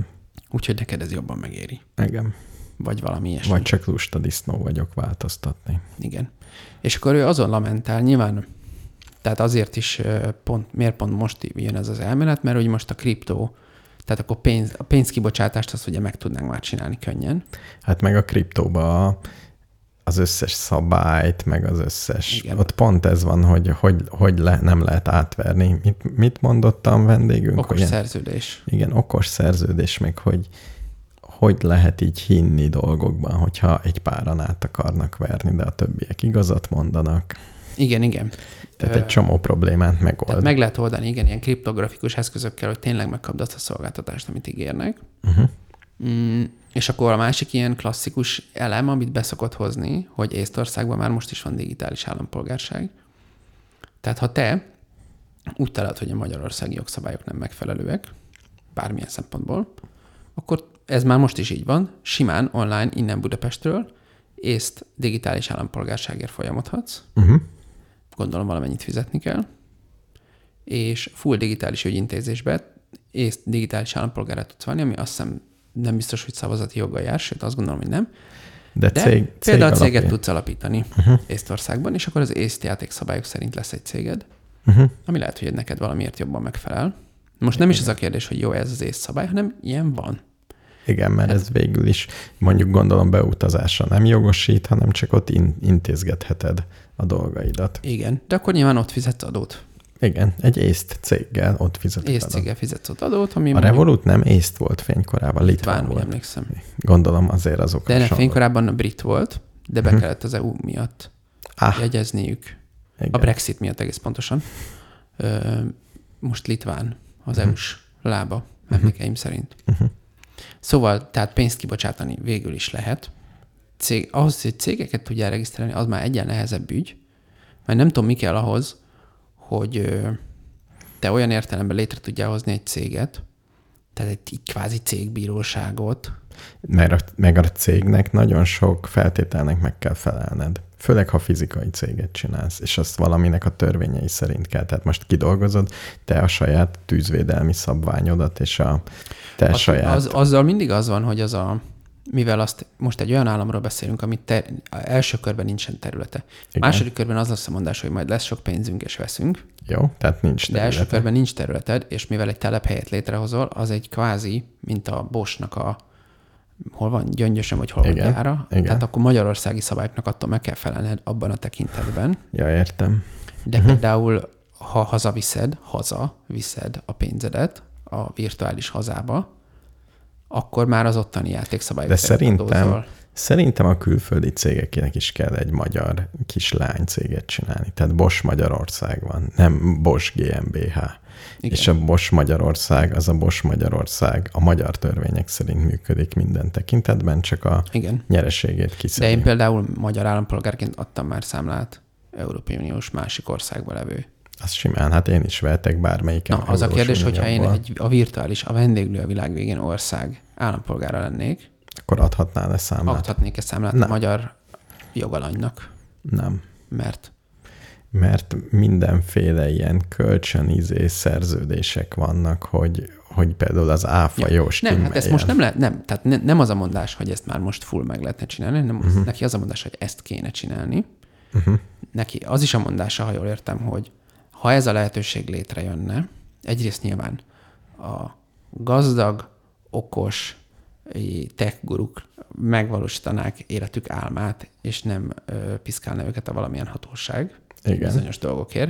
Úgyhogy neked ez jobban megéri. Igen. Vagy valami ilyesmi. Vagy csak lusta disznó vagyok változtatni. Igen. És akkor ő azon lamentál, nyilván, tehát azért is pont, miért pont most jön ez az elmélet, mert hogy most a kriptó, tehát akkor pénz, a pénzkibocsátást azt ugye meg tudnánk már csinálni könnyen. Hát meg a kriptóba az összes szabályt, meg az összes... Igen. Ott pont ez van, hogy, hogy, hogy le, nem lehet átverni. Mit, mit mondottam vendégünk? Okos hogy szerződés. Igen, okos szerződés, meg hogy hogy lehet így hinni dolgokban, hogyha egy páran át akarnak verni, de a többiek igazat mondanak. Igen, igen. Tehát Ö, egy csomó problémát megold. Tehát meg lehet oldani, igen, ilyen kriptografikus eszközökkel, hogy tényleg megkapd azt a szolgáltatást, amit ígérnek. Uh-huh. Mm, és akkor a másik ilyen klasszikus elem, amit beszokott hozni, hogy Észtországban már most is van digitális állampolgárság. Tehát ha te úgy találod, hogy a magyarországi jogszabályok nem megfelelőek, bármilyen szempontból, akkor ez már most is így van, simán online innen Budapestről észt digitális állampolgárságért folyamodhatsz. Uh-huh. Gondolom valamennyit fizetni kell. És full digitális ügyintézésbe észt digitális állampolgárát tudsz válni, ami azt hiszem nem biztos, hogy szavazati joggal jár, sőt azt gondolom, hogy nem. De, De cég, például cég céget alapján. tudsz alapítani uh-huh. Észtországban, és akkor az észt játékszabályok szerint lesz egy céged, uh-huh. ami lehet, hogy neked valamiért jobban megfelel. Most nem is az a kérdés, hogy jó ez az észt szabály, hanem ilyen van. Igen, mert ez végül is mondjuk gondolom beutazásra nem jogosít, hanem csak ott in- intézgetheted a dolgaidat. Igen, de akkor nyilván ott fizetsz adót. Igen, egy észt céggel ott fizetsz észt céggel fizetsz ott adót, ami... A Revolut nem észt volt fénykorában, litván, litván volt. Emlékszem. Gondolom azért azok. De nem, fénykorában a brit volt, de be kellett az é u miatt ah, jegyezniük. Igen. A Brexit miatt egész pontosan. Ö, most litván az uh-huh. é u-s lába, emlékeim uh-huh. szerint. Uh-huh. Szóval, tehát pénzt kibocsátani végül is lehet. Cég, ahhoz, hogy cégeket tudjál regisztrálni, az már egyen nehezebb ügy, mert nem tudom, mi kell ahhoz, hogy ö, te olyan értelemben létre tudjál hozni egy céget, tehát egy, egy kvázi cégbíróságot. Mert a, meg a cégnek nagyon sok feltételnek meg kell felelned. Főleg, ha fizikai céget csinálsz, és azt valaminek a törvényei szerint kell. Tehát most kidolgozod te a saját tűzvédelmi szabványodat, és a te az, saját... Az, azzal mindig az van, hogy az a... Mivel azt most egy olyan államról beszélünk, amit ter, első körben nincsen területe. Igen. Második körben az lesz a mondás, hogy majd lesz sok pénzünk és veszünk. Jó, tehát nincs területe. De első körben nincs területed, és mivel egy telephelyet létrehozol, az egy kvázi, mint a Bosch-nak a hol van Gyöngyösön, vagy hol van gyára. Igen. Tehát akkor magyarországi szabályoknak attól meg kell felelned abban a tekintetben. Ja, értem. De uh-huh. például, ha hazaviszed, haza viszed a pénzedet a virtuális hazába, akkor már az ottani játékszabályok De szerintem, szerintem a külföldi cégeknek is kell egy magyar kis lánycéget csinálni. Tehát Bosch Magyarország van, nem Bosch gé em bé há. Igen. És a Bosch Magyarország, az a Bosch Magyarország a magyar törvények szerint működik minden tekintetben, csak a Igen. nyereségét kiszedi. De én például magyar állampolgárként adtam már számlát Európai Uniós másik országba levő. Az simán, hát én is vehetek bármelyiken. Na, az a kérdés, hogyha én egy, a virtuális, a vendéglő a világ végén ország állampolgára lennék, akkor adhatnál-e számlát? Adhatnék-e számlát Nem. a magyar jogalanynak? Nem. Mert? Mert mindenféle ilyen kölcsönizé szerződések vannak, hogy, hogy például az áfa ja. jó Nem, hát ezt most nem lehet, nem, tehát ne, nem az a mondás, hogy ezt már most full meg lehetne csinálni, hanem uh-huh. neki az a mondás, hogy ezt kéne csinálni. Uh-huh. Neki az is a mondása, ha jól értem, hogy ha ez a lehetőség létrejönne, egyrészt nyilván a gazdag, okos tech guruk megvalósítanák életük álmát, és nem ö, piszkálna őket a valamilyen hatóság Igen. bizonyos dolgokért.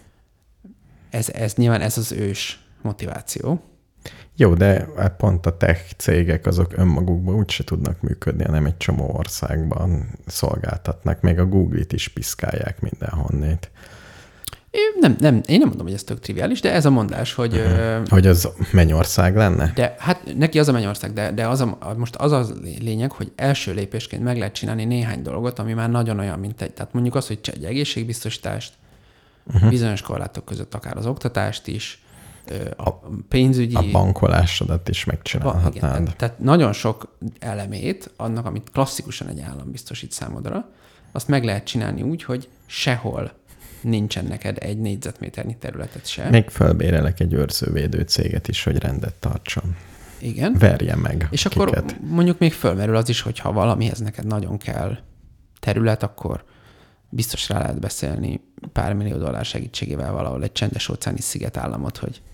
Ez, ez nyilván ez az ős motiváció. Jó, de pont a tech cégek azok önmagukban úgyse tudnak működni, hanem egy csomó országban szolgáltatnak. Még a Google-t is piszkálják mindenhonnét. Én nem, nem, én nem mondom, hogy ez tök triviális, de ez a mondás, hogy... Uh-huh. Hogy az mennyország lenne? De hát neki az a mennyország, de, de az a, most az a lényeg, hogy első lépésként meg lehet csinálni néhány dolgot, ami már nagyon olyan, mint egy... Tehát mondjuk az, hogy egy egészségbiztosítást, uh-huh. bizonyos korlátok között akár az oktatást is, a, a pénzügyi... A bankolásodat is megcsinálhatnád. Igen, tehát, tehát nagyon sok elemét annak, amit klasszikusan egy állam biztosít számodra, azt meg lehet csinálni úgy, hogy sehol nincsen neked egy négyzetméternyi területet se. Még felbérelek egy őrzővédő céget is, hogy rendet tartson. Igen. verje meg. És kiket. akkor mondjuk még fölmerül az is, hogy ha valamihez neked nagyon kell terület, akkor biztos rá lehet beszélni pár millió dollár segítségével valahol egy csendes óceáni szigetállamot, hogy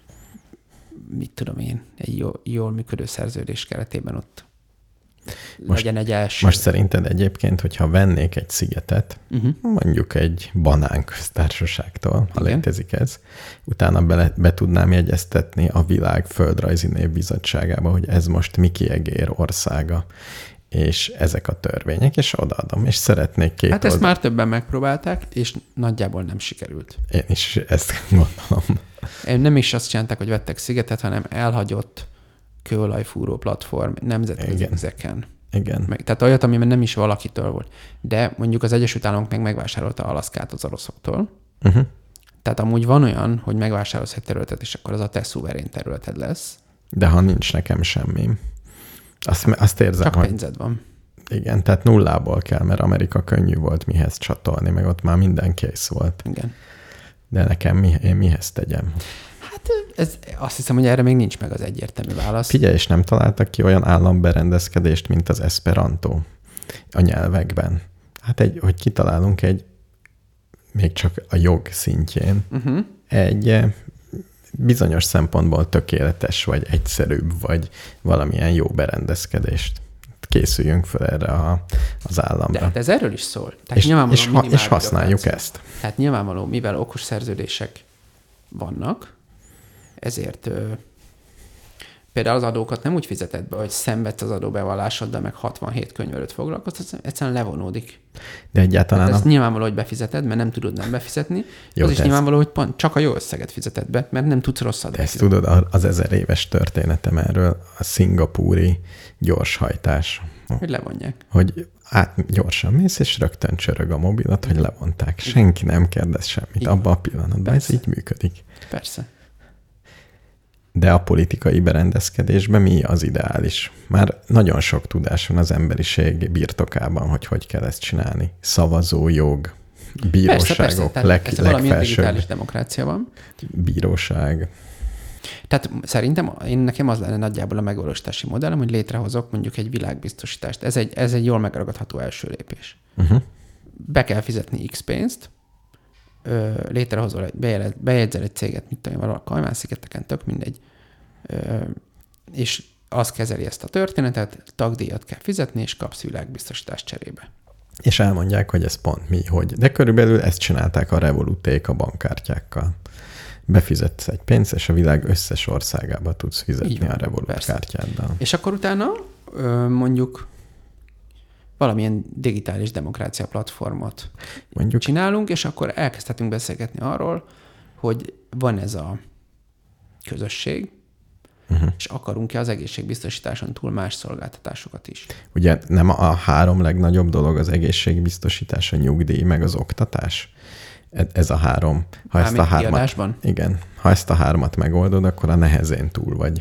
mit tudom én, egy jól, jól működő szerződés keretében ott most, legyen egy első. Most szerinted egyébként, hogyha vennék egy szigetet, uh-huh. mondjuk egy banánköztársaságtól, ha Igen. létezik ez, utána be, be tudnám jegyeztetni a világ földrajzi névbizottságába, hogy ez most Miki Egér országa, és ezek a törvények, és odaadom, és szeretnék két Hát ezt oldal... már többen megpróbálták, és nagyjából nem sikerült. Én is ezt gondolom. Nem is azt csinálták, hogy vettek szigetet, hanem elhagyott kőolajfúró platform nemzetközi vizeken. Igen. Meg, tehát olyat, ami nem is valakitől volt. De mondjuk az Egyesült Államok meg megvásárolta Alaszkát az oroszoktól. Uh-huh. Tehát amúgy van olyan, hogy megvásárolsz egy területet, és akkor az a te szuverén területed lesz. De ha nincs nekem semmi, azt, azt érzem, Csak hogy... pénzed van. Igen, tehát nullából kell, mert Amerika könnyű volt mihez csatolni, meg ott már minden kész volt. Igen. De nekem mi, én mihez tegyem? Hát ez, azt hiszem, hogy erre még nincs meg az egyértelmű válasz. Figyelj, és nem találtak ki olyan államberendezkedést, mint az Esperanto a nyelvekben. Hát egy, hogy kitalálunk egy, még csak a jog szintjén, uh-huh. egy bizonyos szempontból tökéletes, vagy egyszerűbb, vagy valamilyen jó berendezkedést. Készüljünk fel erre a, az államra. De hát ez erről is szól. Tehát és, és, ha, és használjuk ezt. Tehát nyilvánvaló, mivel okos szerződések vannak, ezért ö, például az adókat nem úgy fizeted be, hogy szenvedsz az adóbevallásoddal, meg hatvanhét könyv előtt foglalkoztatsz, egyszerűen levonódik. De egyáltalán... Hát ezt a... nyilvánvaló, hogy befizeted, mert nem tudod nem befizetni. Jó, az is ez... nyilvánvaló, hogy pont csak a jó összeget fizeted be, mert nem tudsz rosszat de ezt tudod, az ezer éves történetem erről, a szingapúri gyorshajtás. Hogy levonják. Hogy át gyorsan mész, és rögtön csörög a mobilat, hogy levonták. Senki nem kérdez semmit abban a pillanatban. Persze. Ez így működik. Persze. De a politikai berendezkedésben mi az ideális? Már nagyon sok tudás van az emberiség birtokában, hogy hogy kell ezt csinálni. Szavazójog, bíróságok, persze, persze. leg, ez valamilyen legfelsőbb digitális demokrácia van. Bíróság. Tehát szerintem én nekem az lenne nagyjából a megvalósítási modellem, hogy létrehozok mondjuk egy világbiztosítást. Ez egy, ez egy jól megragadható első lépés. Uh-huh. Be kell fizetni X pénzt, ö, létrehozol, egy, bejegyez, bejegyzel egy céget, mit tudom, valahol a Kajmán-szigeteken, tök mindegy, ö, és az kezeli ezt a történetet, tagdíjat kell fizetni, és kapsz világbiztosítást cserébe. És elmondják, hogy ez pont mi, hogy. De körülbelül ezt csinálták a Revoluték a bankkártyákkal. Befizetsz egy pénzt, és a világ összes országába tudsz fizetni van, a Revolut kártyáddal. És akkor utána mondjuk valamilyen digitális demokrácia platformot mondjuk csinálunk, és akkor elkezdhetünk beszélgetni arról, hogy van ez a közösség, uh-huh. és akarunk-e az egészségbiztosításon túl más szolgáltatásokat is. Ugye nem a három legnagyobb dolog az egészségbiztosítás, a nyugdíj, meg az oktatás? Ez a három. Ha ezt a hármat, igen, ha ezt a hármat megoldod, akkor a nehezén túl vagy.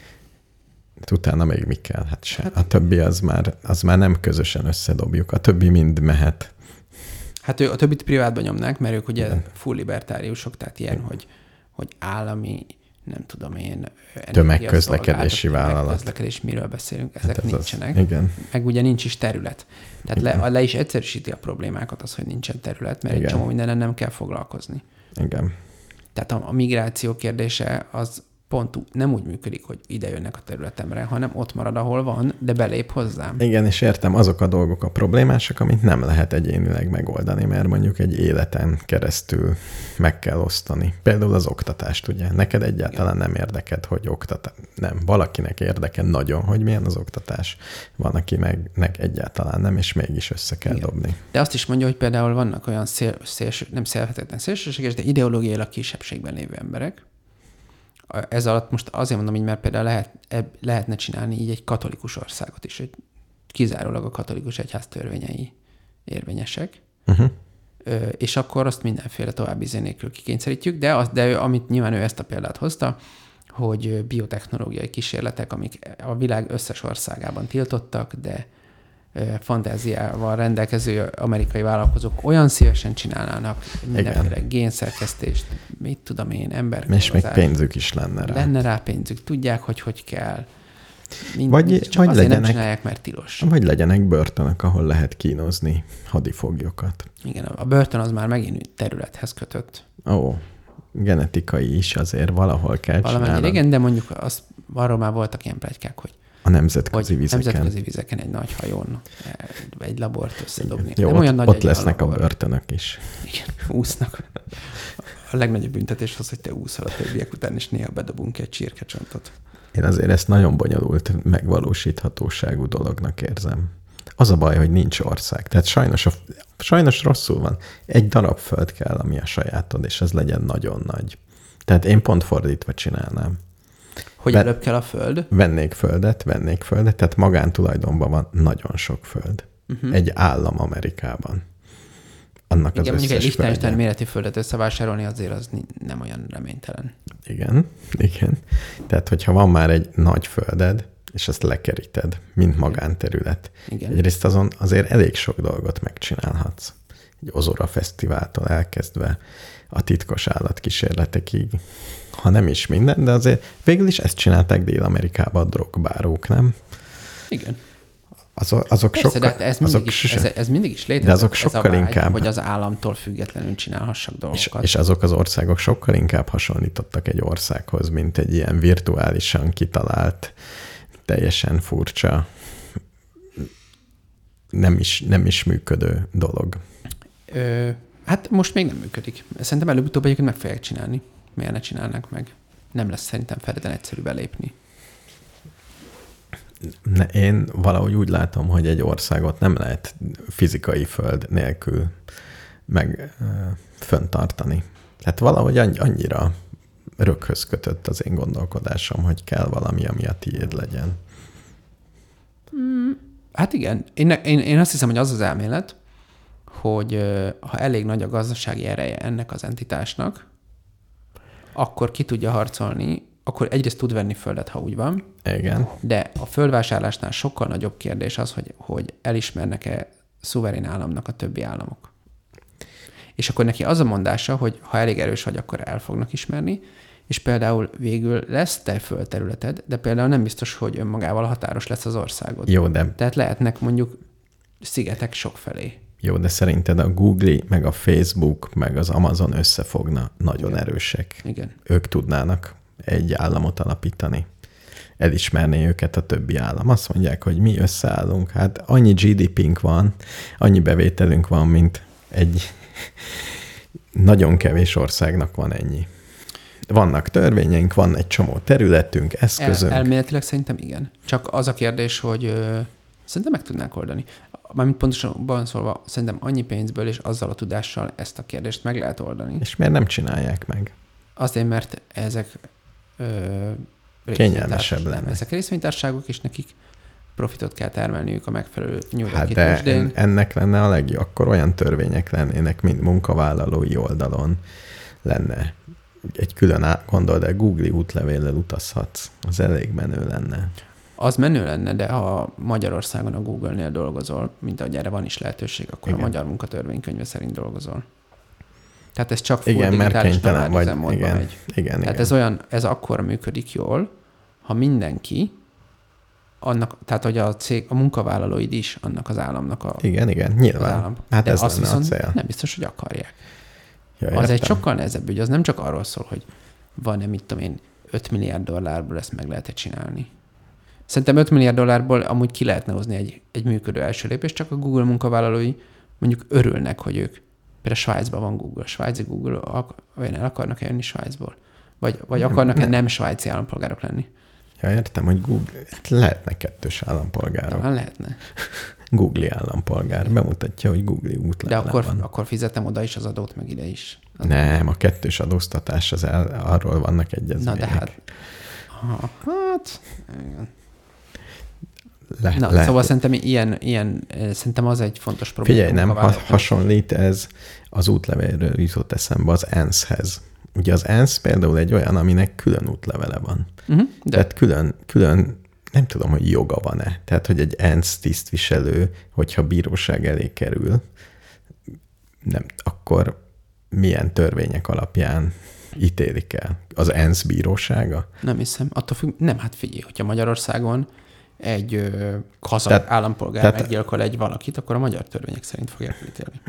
Utána még mi kell? Hát se. Hát, a többi az már, az már nem közösen összedobjuk. A többi mind mehet. Hát ő, a többit privátban nyomnák, mert ők ugye igen. full libertáriusok, tehát ilyen, igen. hogy, hogy állami, nem tudom én... Tömegközlekedési vállalat. Tömegközlekedés, miről beszélünk, ezek hát ez nincsenek. Az, igen. Meg ugye nincs is terület. Tehát le, le is egyszerűsíti a problémákat az, hogy nincsen terület, mert igen. egy csomó mindenen nem kell foglalkozni. Igen. Tehát a, a migráció kérdése az pont nem úgy működik, hogy ide jönnek a területemre, hanem ott marad, ahol van, de belép hozzám. Igen, és értem, azok a dolgok a problémásak, amit nem lehet egyénileg megoldani, mert mondjuk egy életen keresztül meg kell osztani. Például az oktatást, ugye? Neked egyáltalán nem érdeked, hogy oktatás. Nem, valakinek érdekel nagyon, hogy milyen az oktatás. Van, akinek egyáltalán nem, és mégis össze kell igen. dobni. De azt is mondja, hogy például vannak olyan szél, szélső, nem szélhetetlen szélsőséges, de ideológiailag kisebbségben lévő emberek. Ez alatt most azért mondom, hogy mert például lehet, lehetne csinálni így egy katolikus országot is, hogy kizárólag a katolikus egyház törvényei érvényesek, uh-huh. és akkor azt mindenféle további izé nélkül kikényszerítjük, de, az, de ő, amit nyilván ő ezt a példát hozta, hogy biotechnológiai kísérletek, amik a világ összes országában tiltottak, de fantáziával rendelkező amerikai vállalkozók olyan szívesen csinálnának mindenféle génszerkesztést, mit tudom én, ember. És még pénzük is lenne rá. Lenne rá pénzük, tudják, hogy hogy kell. Mind, Vagy, mind, csak vagy azért legyenek, nem csinálják, mert tilos. Vagy legyenek börtönök, ahol lehet kínozni hadifoglyokat. Igen, a börtön az már megint területhez kötött. Ó, genetikai is azért valahol kell Valamennyire csinálni. igen, de mondjuk az, arról már voltak ilyen pletykák, hogy, A nemzetközi hogy vizeken. nemzetközi vizeken egy nagy hajón egy labort összedobni. Jó, nem ott, olyan nagy ott egy lesznek a labor. börtönök is. Igen, úsznak. A legnagyobb büntetés az, hogy te úszol a többiek után, és néha bedobunk egy csirkecsontot. Én azért ezt nagyon bonyolult, megvalósíthatóságú dolognak érzem. Az a baj, hogy nincs ország. Tehát sajnos, a, sajnos rosszul van. Egy darab föld kell, ami a sajátod, és ez legyen nagyon nagy. Tehát én pont fordítva csinálnám. Hogy Ven- előbb kell a föld? Vennék földet, vennék földet, tehát magántulajdonban van nagyon sok föld. Uh-huh. Egy állam Amerikában. Annak Igen, az mondjuk egy összes Liechtenstein földje. méretű földet összevásárolni azért az nem olyan reménytelen. Igen, igen. Tehát, hogyha van már egy nagy földed, és ezt lekeríted, mint magánterület. Igen. Egyrészt azon azért elég sok dolgot megcsinálhatsz. Egy Ozora fesztiváltól elkezdve a titkos állatkísérletekig, ha nem is minden, de azért végül is ezt csinálták Dél-Amerikában a drogbárók, nem? Igen. Azok, azok Persze, sokkal, de ez azok mindig, is, sose, ez, ez mindig is létezik. de azok ez sokkal a vágy, inkább, hogy az államtól függetlenül csinálhassak és, dolgokat. és azok az országok sokkal inkább hasonlítottak egy országhoz, mint egy ilyen virtuálisan kitalált, teljesen furcsa, nem is, nem is működő dolog. Ö, hát most még nem működik. Szerintem előbb-utóbb egyébként meg fogják csinálni. Miért ne csinálnak meg? Nem lesz szerintem Ferden egyszerű belépni. Ne, én valahogy úgy látom, hogy egy országot nem lehet fizikai föld nélkül meg ö, föntartani. Tehát valahogy annyira röghöz kötött az én gondolkodásom, hogy kell valami, ami a tiéd legyen. Mm, hát igen. Én, én, én azt hiszem, hogy az az elmélet, hogy ö, ha elég nagy a gazdasági ereje ennek az entitásnak, akkor ki tudja harcolni, akkor egyrészt tud venni földet, ha úgy van. Igen. De a földvásárlásnál sokkal nagyobb kérdés az, hogy, hogy elismernek-e szuverén államnak a többi államok. És akkor neki az a mondása, hogy ha elég erős vagy, akkor el fognak ismerni, és például végül lesz te földterületed, de például nem biztos, hogy önmagával határos lesz az országod. Jó, de... Tehát lehetnek mondjuk szigetek sokfelé. Jó, de szerinted a Google, meg a Facebook, meg az Amazon összefogna nagyon Igen. erősek. Igen. Ők tudnának egy államot alapítani. Elismerné őket a többi állam. Azt mondják, hogy mi összeállunk. Hát annyi gé dé pé-nk van, annyi bevételünk van, mint egy nagyon kevés országnak van ennyi. Vannak törvényeink, van egy csomó területünk, eszközünk. El, elméletileg szerintem igen. Csak az a kérdés, hogy ö, szerintem meg tudnák oldani. Mármint pontosabban szólva, szerintem annyi pénzből és azzal a tudással ezt a kérdést meg lehet oldani. És miért nem csinálják meg? Azért, mert ezek ö, kényelmesebb lenne. Ezek részvénytársaságok, és nekik profitot kell termelniük a megfelelő New Hát York-i de tőzsdén. en, ennek lenne a legjobb. Akkor olyan törvények lennének, mint munkavállalói oldalon lenne. Egy külön á, gondold el, Google útlevéllel utazhatsz. Az elég menő lenne. Az menő lenne, de ha Magyarországon a Google-nél dolgozol, mint ahogy erre van is lehetőség, akkor igen. a magyar munkatörvénykönyve szerint dolgozol. Tehát ez csak igen, mert kénytelen vagy. Igen, igen, igen, Tehát igen. ez olyan, ez akkor működik jól, ha mindenki annak, tehát hogy a cég, a munkavállalóid is annak az államnak a Igen, igen, nyilván. állam. Hát de ez azt lenne a viszont cél. nem biztos, hogy akarják. Ja, az értem. egy sokkal nehezebb ügy, az nem csak arról szól, hogy van-e, mit tudom én, öt milliárd dollárból ezt meg lehet csinálni. Szerintem öt milliárd dollárból amúgy ki lehetne hozni egy, egy működő első lépés, csak a Google munkavállalói mondjuk örülnek, hogy ők, például Svájcban van Google, svájci Google, vagy el akarnak jönni Svájcból? Vagy, vagy akarnak-e nem. nem svájci állampolgárok lenni? Ja, értem, hogy Google, lehetne kettős állampolgárok. Talán lehetne. Google állampolgár. Bemutatja, hogy Google De útlevele akkor, van. akkor fizetem oda is az adót, meg ide is. Az Nem, a kettős adóztatás, az el, arról vannak egyezmények. Na de hát... Ha, hát... Igen. Le, Na, lehet. szóval szerintem ilyen, ilyen, szerintem az egy fontos probléma. Figyelj, nem ha, hasonlít ez az útlevélről jutott eszembe az ENSZ-hez. Ugye az ENSZ például egy olyan, aminek külön útlevele van. Uh-huh, de... Tehát külön, külön, nem tudom, hogy joga van-e. Tehát, hogy egy ENSZ tisztviselő, hogyha bíróság elé kerül, nem, akkor milyen törvények alapján ítélik el? Az ENSZ bírósága? Nem hiszem. Attól függ, nem, hát figyelj, hogyha Magyarországon egy ö, kazak tehát, állampolgár tehát, meggyilkol egy valakit, akkor a magyar törvények szerint fogják ítélni.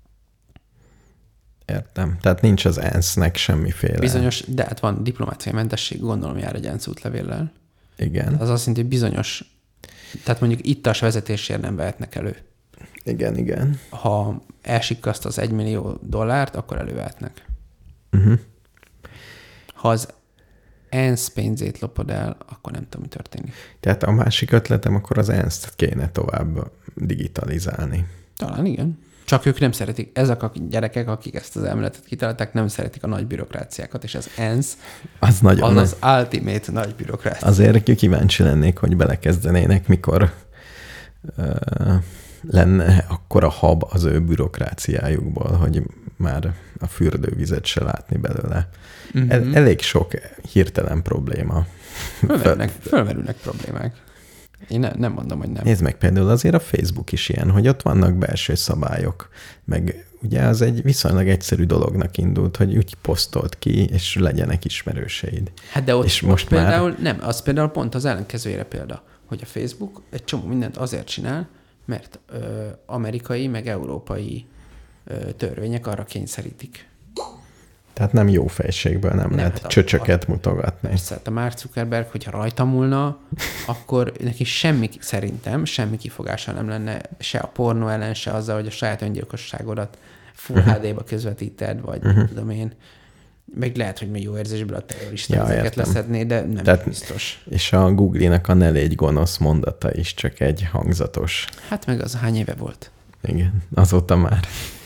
Értem. Tehát nincs az ENSZ-nek semmiféle. Bizonyos, de hát van diplomáciai mentesség, gondolom jár egy ENSZ útlevéllel. Igen. Az azt jelenti, hogy bizonyos, tehát mondjuk ittas vezetésért nem vehetnek elő. Igen, igen. Ha elsikkaszt az egymillió dollárt, akkor elővehetnek. Uh-huh. Ha az ENSZ pénzét lopod el, akkor nem tudom, mi történik. Tehát a másik ötletem, akkor az ENSZ-t kéne tovább digitalizálni. Talán igen. Csak ők nem szeretik, ezek a gyerekek, akik ezt az elméletet kitalálták, nem szeretik a nagy bürokráciákat, és az ENSZ az, nagyon az, az ultimate nagy bürokrácia. Azért kíváncsi lennék, hogy belekezdenének, mikor uh, lenne akkora hab az ő bürokráciájukból, hogy már a fürdővizet se látni belőle. Uh-huh. El, elég sok hirtelen probléma. Fölmerülnek, fölmerülnek problémák. Én ne, nem mondom, hogy nem. Nézd meg, például azért a Facebook is ilyen, hogy ott vannak belső szabályok, meg ugye az egy viszonylag egyszerű dolognak indult, hogy úgy posztolt ki, és legyenek ismerőseid. Hát de ott és most például már... nem, az például pont az ellenkezőjére példa, hogy a Facebook egy csomó mindent azért csinál, mert ö, amerikai, meg európai ö, törvények arra kényszerítik. Tehát nem jó fejségből nem, nem lehet hát csöcsöket a, mutogatni. Persze, a Mark Zuckerberg, hogyha rajta múlna, akkor neki semmi, szerintem semmi kifogása nem lenne se a pornó ellen, se azzal, hogy a saját öngyilkosságodat Full uh-huh. há dé-ba közvetíted, vagy uh-huh. tudom én. Meg lehet, hogy még jó érzésből a terrorista ja, ezeket leszedné, de nem Tehát, biztos. És a Google-nak a ne légy gonosz mondata is csak egy hangzatos. Hát meg az hány éve volt? Igen, azóta már.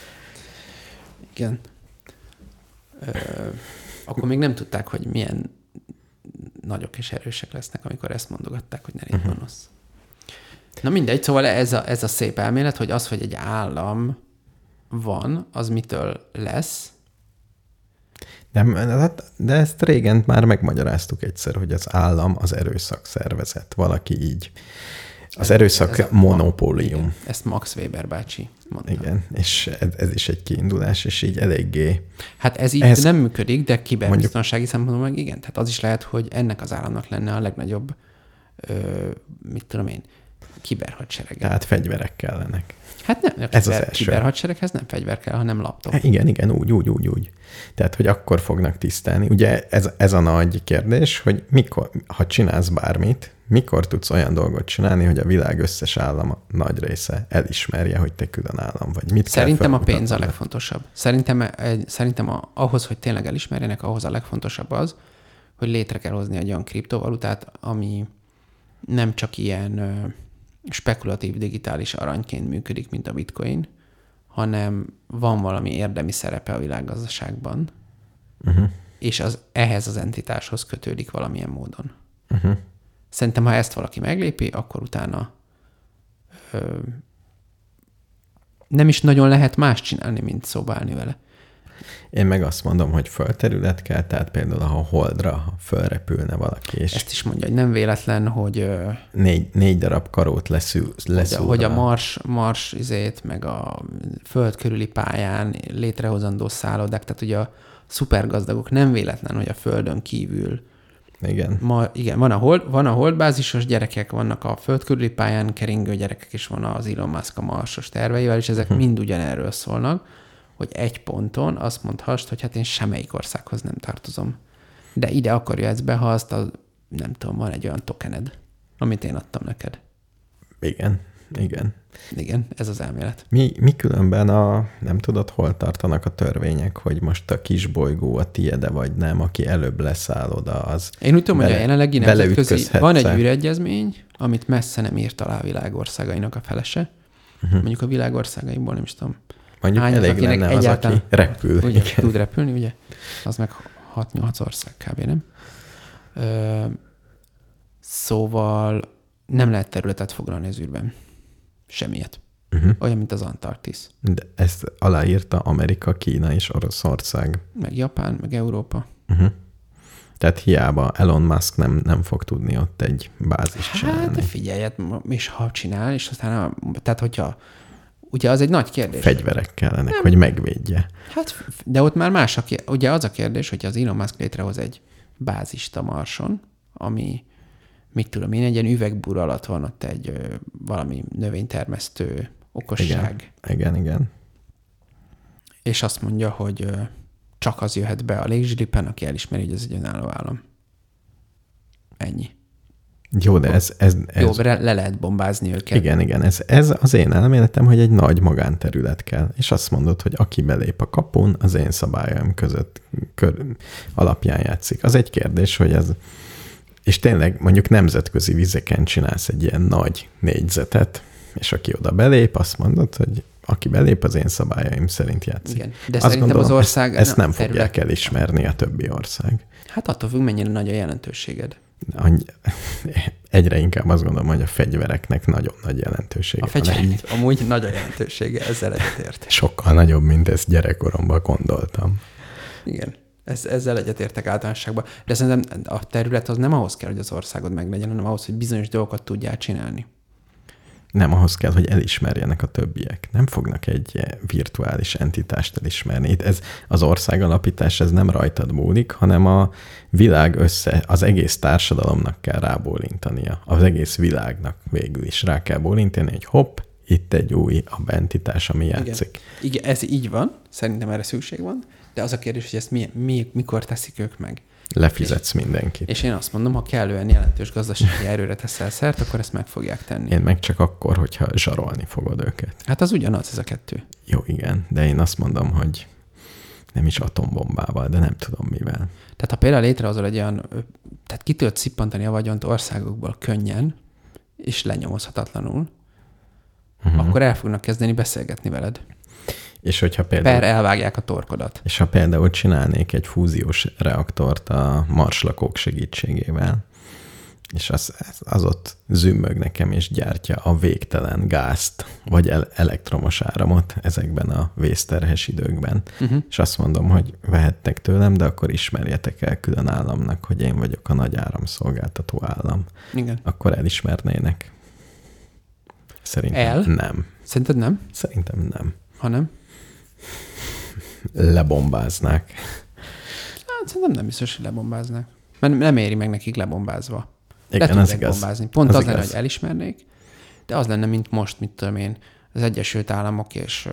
Igen. Ö, akkor még nem tudták, hogy milyen nagyok és erősek lesznek, amikor ezt mondogatták, hogy ne légy uh-huh. gonosz. Na mindegy, szóval ez a, ez a szép elmélet, hogy az, hogy egy állam van, az mitől lesz. De, de ezt régen már megmagyaráztuk egyszer, hogy az állam az erőszak szervezet. Valaki így. Az ez, erőszak ez monopólium. Igen, ezt Max Weber bácsi mondta. Igen, és ez, ez is egy kiindulás, és így eléggé... Hát ez így ez nem működik, de kiberbiztonsági szempontból meg igen. Tehát az is lehet, hogy ennek az államnak lenne a legnagyobb, ö, mit tudom én, kiberhadserege. Tehát fegyverek kellenek. Hát nem, a ez kiber, az első. kiberhadsereghez nem fegyver kell, hanem laptop. Hát igen, igen, úgy, úgy, úgy, úgy. Tehát, hogy akkor fognak tisztelni. Ugye ez, ez a nagy kérdés, hogy mikor, ha csinálsz bármit, mikor tudsz olyan dolgot csinálni, hogy a világ összes állama nagy része elismerje, hogy te külön állam vagy. Mit Szerintem a pénz a legfontosabb. Szerintem, szerintem a, ahhoz, hogy tényleg elismerjenek, ahhoz a legfontosabb az, hogy létre kell hozni egy olyan kriptovalutát, ami nem csak ilyen ö, spekulatív digitális aranyként működik, mint a bitcoin, hanem van valami érdemi szerepe a világgazdaságban, uh-huh. és az ehhez az entitáshoz kötődik valamilyen módon. Uh-huh. Szerintem, ha ezt valaki meglépi, akkor utána ö, nem is nagyon lehet más csinálni, mint szobálni vele. Én meg azt mondom, hogy földterület kell, tehát például ha Holdra fölrepülne valaki. És ezt is mondja, hogy nem véletlen, hogy... Ö, négy, négy darab karót leszűr. Hogy, hogy a Mars, Mars izét, meg a föld körüli pályán létrehozandó szállodák, tehát ugye a szupergazdagok nem véletlen, hogy a Földön kívül Igen. Ma, igen, van a, hold, van a holdbázisos gyerekek, vannak a föld körüli pályán keringő gyerekek, és van az Elon Musk a marsos terveivel, és ezek hm. mind ugyanerről szólnak, hogy egy ponton azt mondhassd, hogy hát én semmelyik országhoz nem tartozom. De ide akkor jöhetsz be, ha azt a, nem tudom, van egy olyan tokened, amit én adtam neked. Igen, igen. Igen, ez az elmélet. Mi, mi különben a, nem tudod, hol tartanak a törvények, hogy most a kisbolygó a tiede vagy nem, aki előbb leszáll oda, az... Én úgy tudom, bele, hogy a jelenlegi nemzetközi van egy űregyezmény, amit messze nem írt alá a világországainak a felese. Uh-huh. Mondjuk a világországaiból nem is tudom. Mondjuk hányat, elég lenne az, aki repül. Ugye, tud repülni, ugye? Az meg hat-nyolc ország kb. Nem? Ö, szóval nem lehet területet foglalni az űrben. Semmiet. Uh-huh. Olyan, mint az Antarktisz. De ezt aláírta Amerika, Kína és Oroszország. Meg Japán, meg Európa. Uh-huh. Tehát hiába Elon Musk nem, nem fog tudni ott egy bázist csinálni. Hát figyelj, és ha csinál, és aztán, a, tehát hogyha ugye az egy nagy kérdés. Fegyverek kellenek, nem. hogy megvédje. Hát, de ott már más a kérdés. Ugye az a kérdés, hogy az Elon Musk létrehoz egy bázist a Marson, ami, mit tudom én, egy ilyen üvegbúr alatt van ott egy ö, valami növénytermesztő okosság. Igen, igen, igen. És azt mondja, hogy ö, csak az jöhet be a légzsilipen, aki elismeri, hogy ez egy önálló állam. Ennyi. Jó, de ez... ez, ez Jó, le lehet bombázni őket. Igen, igen. Ez, ez az én elméletem, hogy egy nagy magánterület kell. És azt mondod, hogy aki belép a kapun, az én szabályaim között kör, alapján játszik. Az egy kérdés, hogy ez... És tényleg mondjuk nemzetközi vizeken csinálsz egy ilyen nagy négyzetet, és aki oda belép, azt mondod, hogy aki belép, az én szabályaim szerint játszik. Igen. De azt szerintem gondolom, az ország... Ezt, ezt nem terület... fogják elismerni a többi ország. Hát attól függ, mennyire nagy a jelentőséged. Egyre inkább azt gondolom, hogy a fegyvereknek nagyon nagy jelentősége. A fegyverek amúgy nagy a jelentősége, ezzel egyetért. Sokkal nagyobb, mint ezt gyerekkoromban gondoltam. Igen, ez, ezzel egyetértek általánosságban. De szerintem a terület az nem ahhoz kell, hogy az országod meglegyen, hanem ahhoz, hogy bizonyos dolgokat tudjál csinálni. Nem ahhoz kell, hogy elismerjenek a többiek. Nem fognak egy virtuális entitást elismerni. Itt ez, az országalapítás ez nem rajtad múlik, hanem a világ össze, az egész társadalomnak kell rábólintania. Az egész világnak végül is rá kell bólintani, hogy hopp, itt egy új entitás, ami játszik. Igen. Igen, ez így van, szerintem erre szükség van, de az a kérdés, hogy ezt mi, mi, mikor teszik ők meg. Lefizetsz és, mindenkit. És én azt mondom, ha kellően jelentős gazdasági erőre teszel szert, akkor ezt meg fogják tenni. Én meg csak akkor, hogyha zsarolni fogod őket. Hát az ugyanaz, ez a kettő. Jó, igen, de én azt mondom, hogy nem is atombombával, de nem tudom mivel. Tehát ha például létrehozol egy olyan, tehát ki tudod szippantani a vagyont országokból könnyen, és lenyomozhatatlanul, uh-huh. akkor el fognak kezdeni beszélgetni veled. És hogyha például... Per elvágják a torkodat. És ha például csinálnék egy fúziós reaktort a marslakók segítségével, és az, az ott zümmög nekem, és gyártja a végtelen gázt, vagy elektromos áramot ezekben a vészterhes időkben. Uh-huh. És azt mondom, hogy vehettek tőlem, de akkor ismerjetek el külön államnak, hogy én vagyok a nagy áramszolgáltató állam. Igen. Akkor elismernének. Szerintem El? nem. Szerinted nem? Szerintem nem. Ha nem? Lebombáznák. Hát szerintem nem biztos, hogy lebombáznák. Mert nem éri meg nekik lebombázva. Igen, le az tudják bombázni. Pont az, az lenne, hogy elismernék, de az lenne, mint most, mit tudom én, az Egyesült Államok és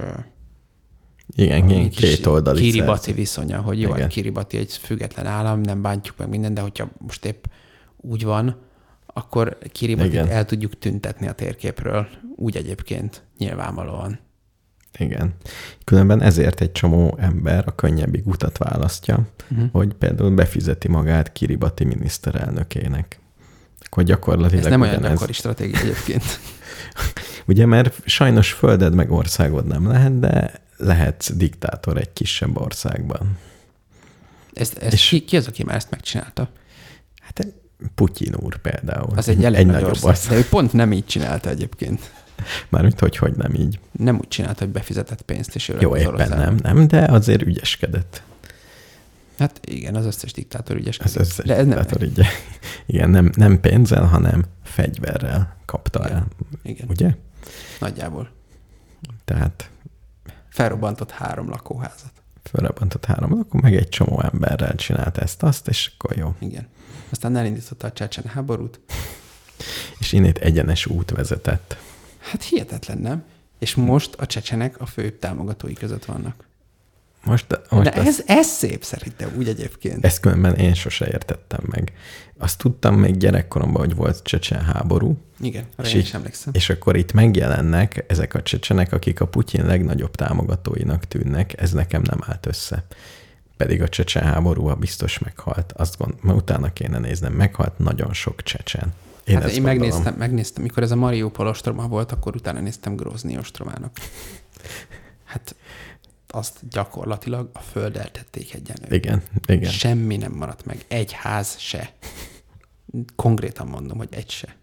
igen, igen két oldali Kiribati viszonya, hogy jó, Kiribati egy független állam, nem bántjuk meg minden, de hogyha most épp úgy van, akkor Kiribatit el tudjuk tüntetni a térképről. Úgy egyébként nyilvánvalóan. Igen. Különben ezért egy csomó ember a könnyebbik utat választja, uh-huh. hogy például befizeti magát Kiribati miniszterelnökének. Akkor gyakorlatilag... Ez nem olyan gyakori stratégia egyébként. Ugye, mert sajnos földed meg országod nem lehet, de lehetsz diktátor egy kisebb országban. Ezt, ezt és ki, ki az, aki már ezt megcsinálta? Hát Putyin úr például. Az egy elég egy nagy ország, ország. De ő pont nem így csinálta egyébként. Mármint, hogy hogy nem így. Nem úgy csinálta, hogy befizetett pénzt, és ő jó, éppen nem, nem, de azért ügyeskedett. Hát igen, az összes diktátor ügyeskedik. Az összes de diktátor nem... ügye. Igen, nem, nem pénzzel, hanem fegyverrel kapta igen. el. Igen. Ugye? Nagyjából. Tehát... Felrobbantott három lakóházat. Felrobbantott három lakó, meg egy csomó emberrel csinált ezt-azt, és akkor jó. Igen. Aztán elindította a csecsen háborút. És innét egyenes út vezetett. Hát hihetetlen, nem? És most a csecsenek a fő támogatói között vannak. Most, most De ez, az... ez szép szerintem, úgy egyébként. Ezt különben én sose értettem meg. Azt tudtam még gyerekkoromban, hogy volt csecsen háború. Igen, arra én is emlékszem. És akkor itt megjelennek ezek a csecsenek, akik a Putyin legnagyobb támogatóinak tűnnek. Ez nekem nem állt össze. Pedig a csecsen háború biztos meghalt. Azt gondolom, utána kéne néznem, meghalt nagyon sok csecsen. Én, hát én megnéztem, megnéztem, mikor ez a Mariupol ostroma volt, akkor utána néztem Grozny ostromának. Hát azt gyakorlatilag a földdel tették egyenlő. Igen, igen. Semmi nem maradt meg. Egy ház se. Konkrétan mondom, hogy egy se.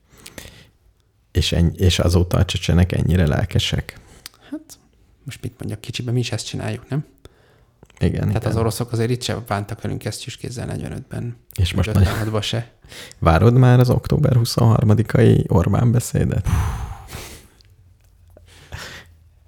És, ennyi, és azóta a csecsenek ennyire lelkesek? Hát, most mit mondjak, kicsiben mi is ezt csináljuk, nem? Igen, Tehát igen. Az oroszok azért itt sem bántak velünk kesztyűskézzel negyvenötben. És most nagyon... se. Várod már az október huszonharmadikai Orbán beszédet?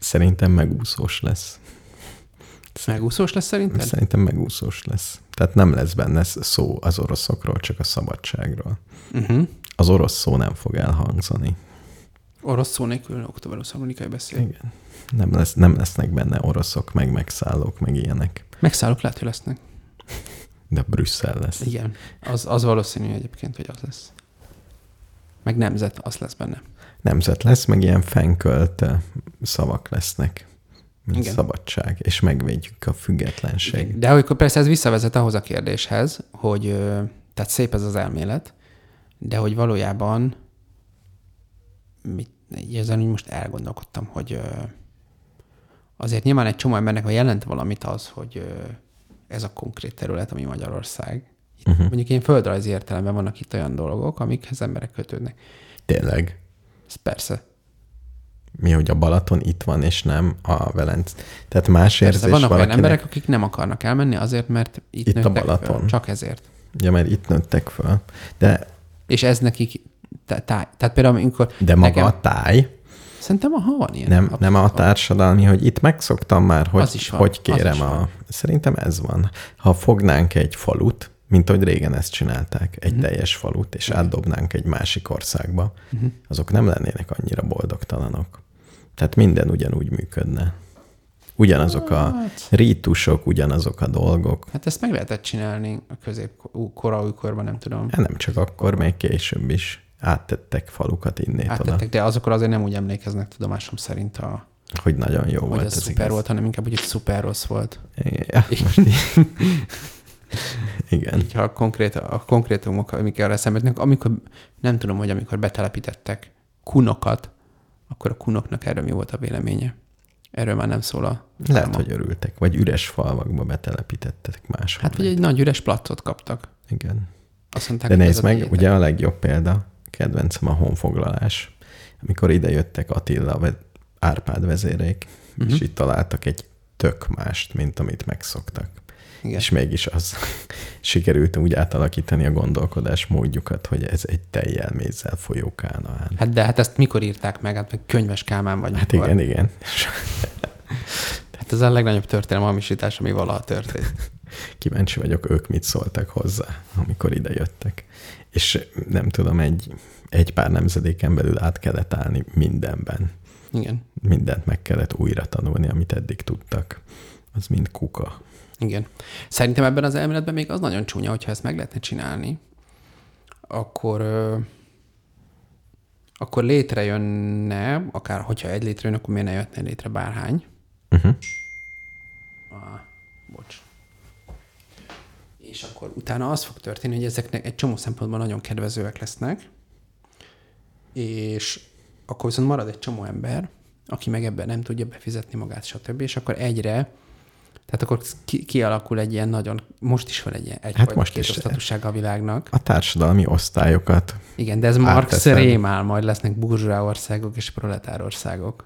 Szerintem megúszós lesz. Megúszós lesz szerinted? Szerintem megúszós lesz. Tehát nem lesz benne szó az oroszokról, csak a szabadságról. Uh-huh. Az orosz szó nem fog elhangzani. Orosz szó nélkül október huszonharmadikai beszél. Igen. Nem, lesz, nem lesznek benne oroszok, meg megszállók, meg ilyenek. Megszállók lehet, hogy lesznek. De Brüsszel lesz. Igen. Az, az valószínű egyébként, hogy az lesz. Meg nemzet, az lesz benne. Nemzet lesz, meg ilyen fenkölt szavak lesznek, mint Igen. szabadság, és megvédjük a függetlenség. Igen. De akkor persze ez visszavezet ahhoz a kérdéshez, hogy tehát szép ez az elmélet, de hogy valójában mit, ezen úgy most elgondolkodtam, hogy azért nyilván egy csomó embernek a jelent valamit az, hogy ez a konkrét terület, ami Magyarország. Uh-huh. Mondjuk én földrajzi értelemben vannak itt olyan dolgok, amikhez emberek kötődnek. Tényleg? Ez persze. Mi, hogy a Balaton itt van, és nem a Velence. Tehát más persze, érzés vannak valakinek... olyan emberek, akik nem akarnak elmenni azért, mert itt, itt a nőttek Balaton. Föl, csak ezért. Ja, mert itt nőttek föl. De... És ez nekik táj. Tehát például, amikor... De maga nekem... a táj... Szerintem aha, van ilyen. Nem, nem a társadalmi, hogy itt megszoktam már, hogy, hogy kérem a... Van. Szerintem ez van. Ha fognánk egy falut, mint ahogy régen ezt csinálták, egy uh-huh. teljes falut, és uh-huh. átdobnánk egy másik országba, uh-huh. azok nem lennének annyira boldogtalanok. Tehát minden ugyanúgy működne. Ugyanazok a rítusok, ugyanazok a dolgok. Hát ezt meg lehetett csinálni a középkora, újkorban, nem tudom. Hát nem csak akkor, még később is áttettek falukat innét Áttettek, oda. de azokra azért nem úgy emlékeznek tudomásom szerint, a, hogy nagyon jó hogy volt. ez szuper igaz. Volt, hanem inkább, hogy itt szuper rossz volt. Ja, most így. Igen. Így, ha a, konkrét, a konkrétumok, amikkel eszembe, amikor, nem tudom, hogy amikor betelepítettek kunokat, akkor a kunoknak erről mi volt a véleménye? Erről már nem szól a... Lehet, száma. hogy örültek, vagy üres falvakba betelepítettek máshol. Hát, vagy egy nagy üres placot kaptak. Igen. Azt mondták, de nézd meg, ugye a legjobb példa, kedvencem a honfoglalás, amikor ide jöttek Attila, Árpád vezéreik, uh-huh. és itt találtak egy tök mást, mint amit megszoktak. Igen. És mégis az sikerült úgy átalakítani a gondolkodás módjukat, hogy ez egy tejjel mézzel folyó Kánaán. Hát de hát ezt mikor írták meg? Hát meg Könyves Kálmán vagy Hát mikor? igen, igen. Hát ez a legnagyobb történelmi hamisítás, ami valaha történt. Kíváncsi vagyok, ők mit szóltak hozzá, amikor ide jöttek. És nem tudom, egy, egy pár nemzedéken belül át kellett állni mindenben. Igen. Mindent meg kellett újra tanulni, amit eddig tudtak. Az mind kuka. Igen. Szerintem ebben az elméletben még az nagyon csúnya, hogyha ezt meg lehetne csinálni, akkor, ö, akkor létrejönne, akár hogyha egy létrejön, akkor miért ne jöhetne létre bárhány. Uh-huh. Ah, bocs. És akkor utána az fog történni, hogy ezeknek egy csomó szempontból nagyon kedvezőek lesznek, és akkor viszont marad egy csomó ember, aki meg ebben nem tudja befizetni magát, stb. És akkor egyre, tehát akkor ki, kialakul egy ilyen nagyon, most is van egy ilyen egyfajta hát kétosztatúsága a világnak. A társadalmi osztályokat. Igen, de ez Marx rémál, majd lesznek burzsúá országok és proletár országok.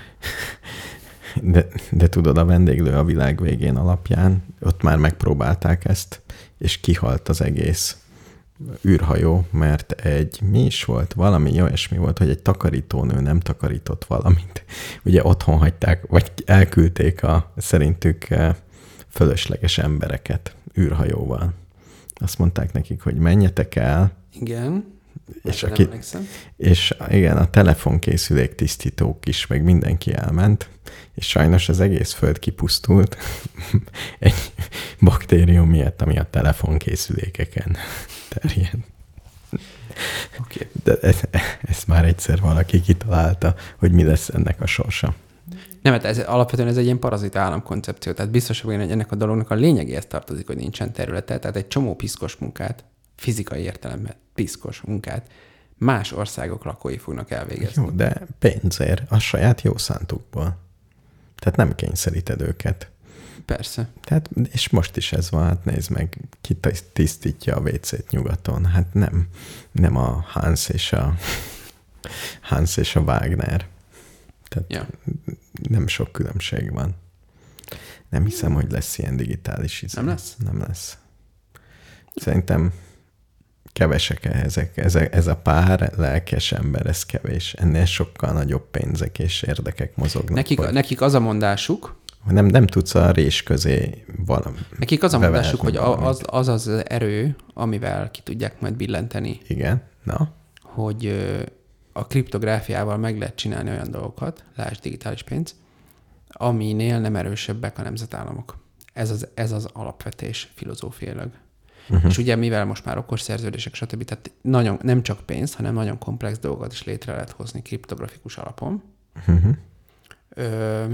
De, de tudod, a vendéglő a világ végén alapján, ott már megpróbálták ezt, és kihalt az egész űrhajó, mert egy, mi is volt, valami olyasmi volt, hogy egy takarítónő nem takarított valamit. Ugye otthon hagyták, vagy elküldték a szerintük fölösleges embereket űrhajóval. Azt mondták nekik, hogy menjetek el. Igen. És, aki, és igen, a telefonkészülék tisztítók is, meg mindenki elment, és sajnos az egész föld kipusztult egy baktérium miatt, ami a telefonkészülékeken terjed. Okay. De ezt ez már egyszer valaki kitalálta, hogy mi lesz ennek a sorsa. Nem, hát ez, alapvetően ez egy ilyen parazita államkoncepció, tehát biztos, hogy ennek a dolognak a lényegéhez tartozik, hogy nincsen területe, tehát egy csomó piszkos munkát, fizikai értelemben piszkos munkát más országok lakói fognak elvégezni. Jó, de pénzért, a saját jó szántukból. Tehát nem kényszeríted őket. Persze. Tehát, és most is ez van, hát nézd meg, ki tisztítja a vécét nyugaton. Hát nem, nem a Hans és a Hans és a Wagner. Tehát ja. Nem sok különbség van. Nem hiszem, hogy lesz ilyen digitális izé. Nem lesz? Nem lesz. Szerintem kevesek ezek. Ez, ez a pár lelkes ember, ez kevés. Ennél sokkal nagyobb pénzek és érdekek mozognak. Nekik, hogy... nekik az a mondásuk, Nem, nem tudsz a rés közé valami. Nekik az a mondásuk, hogy az, az az erő, amivel ki tudják majd billenteni. Igen, na. Hogy a kriptográfiával meg lehet csinálni olyan dolgokat, lásd digitális pénz, aminél nem erősebbek a nemzetállamok. Ez az, ez az alapvetés filozófiailag. Uh-huh. És ugye mivel most már okos szerződések, stb. Tehát nagyon, nem csak pénzt, hanem nagyon komplex dolgokat is létre lehet hozni kriptografikus alapon. Uh-huh. Ö,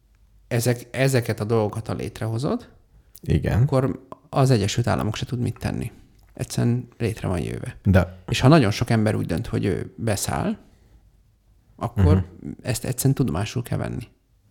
ezek, ezeket a dolgokat, ha létrehozod, igen, akkor az Egyesült Államok se tud mit tenni. Egyszerűen létre van jöve. De... És ha nagyon sok ember úgy dönt, hogy ő beszáll, akkor uh-huh. ezt egyszerűen tudomásul kell venni.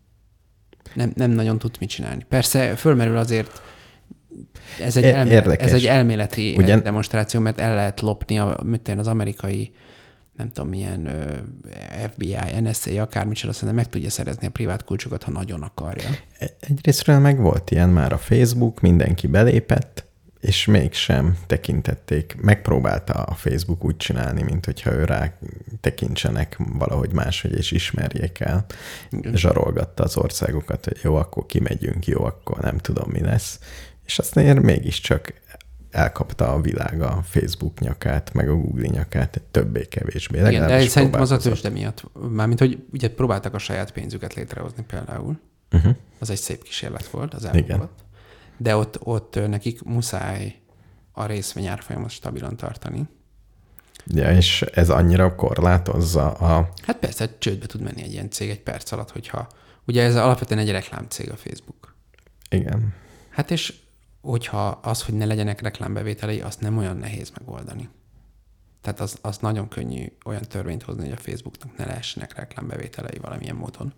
Nem, nem nagyon tud mit csinálni. Persze fölmerül azért, ez egy, elméleti, ez egy elméleti Ugyan... demonstráció, mert el lehet lopni a, az amerikai, nem tudom milyen ef bé i, en es á, akármicsoda, szerintem meg tudja szerezni a privát kulcsokat, ha nagyon akarja. Egyrésztről meg volt ilyen már a Facebook, mindenki belépett, és mégsem tekintették. Megpróbálta a Facebook úgy csinálni, mint hogyha ő rá tekintsenek valahogy máshogy, és ismerjék el. Igen. Zsarolgatta az országokat, hogy jó, akkor kimegyünk, jó, akkor nem tudom, mi lesz. És aztán mégiscsak elkapta a világ a Facebook nyakát, meg a Google nyakát, többé-kevésbé. Igen, de szerintem az a tőzsde miatt. Mármint, hogy ugye próbáltak a saját pénzüket létrehozni például. Uh-huh. Az egy szép kísérlet volt, az elmúlott. De ott, ott nekik muszáj a részvény árfolyamot stabilan tartani. Ja, és ez annyira korlátozza a... Hát persze, csődbe tud menni egy ilyen cég egy perc alatt, hogyha... Ugye ez alapvetően egy reklámcég a Facebook. Igen. Hát és hogyha az, hogy ne legyenek reklámbevételei, azt nem olyan nehéz megoldani. Tehát az, az nagyon könnyű olyan törvényt hozni, hogy a Facebooknak ne lehessenek reklámbevételei valamilyen módon.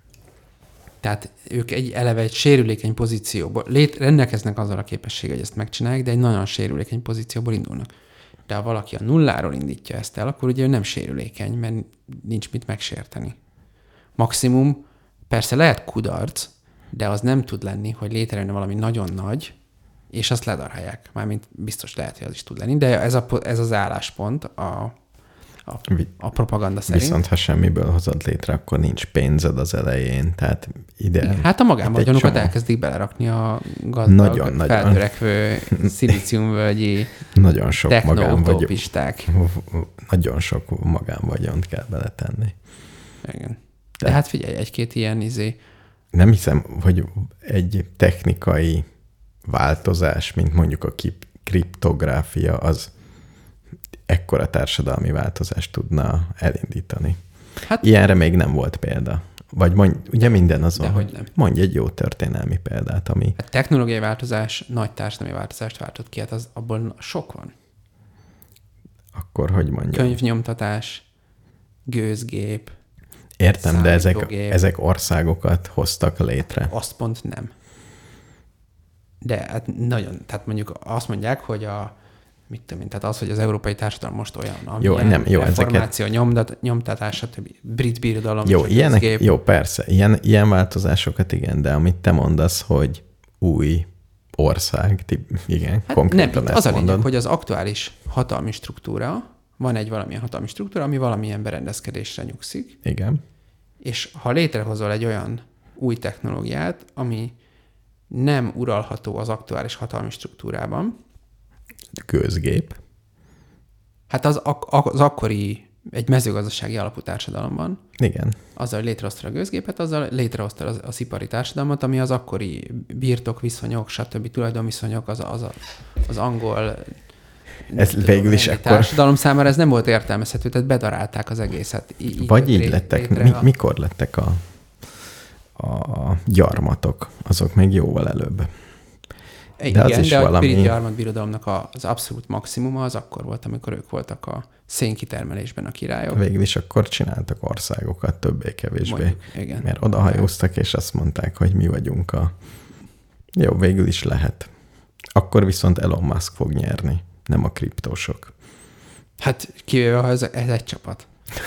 Tehát ők egy eleve egy sérülékeny pozícióból, lét, rendelkeznek azzal a képességgel, hogy ezt megcsinálják, de egy nagyon sérülékeny pozícióból indulnak. De ha valaki a nulláról indítja ezt el, akkor ugye ő nem sérülékeny, mert nincs mit megsérteni. Maximum, persze lehet kudarc, de az nem tud lenni, hogy létrejönne valami nagyon nagy, és azt ledarálják. Mármint biztos lehet, hogy az is tud lenni, de ez, a, ez az álláspont a, a, a propaganda szerint. Viszont ha semmiből hozod létre, akkor nincs pénzed az elején, tehát ide... Igen, hát a magánvagyonokat hát elkezdik belerakni a gazdag, nagyon, feltörekvő szilíciumvölgyi nagyon sok techno-utópisták. Nagyon sok magánvagyont kell beletenni. Igen. De, De hát figyelj, egy-két ilyen izé... Nem hiszem, hogy egy technikai változás, mint mondjuk a kriptográfia, az ekkora társadalmi változást tudna elindítani. Hát, ilyenre még nem volt példa. Vagy mondj, ugye minden azon, hogy nem. Mondj egy jó történelmi példát, ami... A technológiai változás nagy társadalmi változást váltott ki, hát az, abból sok van. Akkor hogy mondjam? Könyvnyomtatás, gőzgép, értem, de ezek, ezek országokat hoztak létre. Azt pont nem. De hát nagyon, tehát mondjuk azt mondják, hogy a, mit tudom én, tehát az, hogy az európai társadalom most olyan, jó, nem, jó, reformáció, ezeket... nyomdat, nyomtatás, stb. Brit birodalom. Jó, ilyenek, jó, persze, ilyen, ilyen változásokat igen, de amit te mondasz, hogy új ország, igen, hát konkrétan nem, ezt az mondod. a lényeg, hogy az aktuális hatalmi struktúra, van egy valamilyen hatalmi struktúra, ami valamilyen berendezkedésre nyugszik. Igen. És ha létrehozol egy olyan új technológiát, ami nem uralható az aktuális hatalmi struktúrában. Gőzgép. Hát az, az akkori, egy mezőgazdasági alapú társadalomban. Igen. Azzal, hogy létrehozta a gőzgépet, azzal létrehozta az, az ipari társadalmat, ami az akkori birtokviszonyok, stb. Tulajdonviszonyok, az, az, az angol ez tudom, végül is akkor... társadalom számára ez nem volt értelmezhető, tehát bedarálták az egészet. Így Vagy így lettek, mi, a... mikor lettek a, a gyarmatok? Azok még jóval előbb. De igen, az is de valami... a brit gyarmatbirodalomnak az abszolút maximuma az akkor volt, amikor ők voltak a szénkitermelésben a királyok. Végül is akkor csináltak országokat többé-kevésbé. Mondjuk, igen. Mert odahajóztak, és azt mondták, hogy mi vagyunk a... Jó, végül is lehet. Akkor viszont Elon Musk fog nyerni, nem a kriptósok. Hát kivéve, ha ez, ez egy csapat.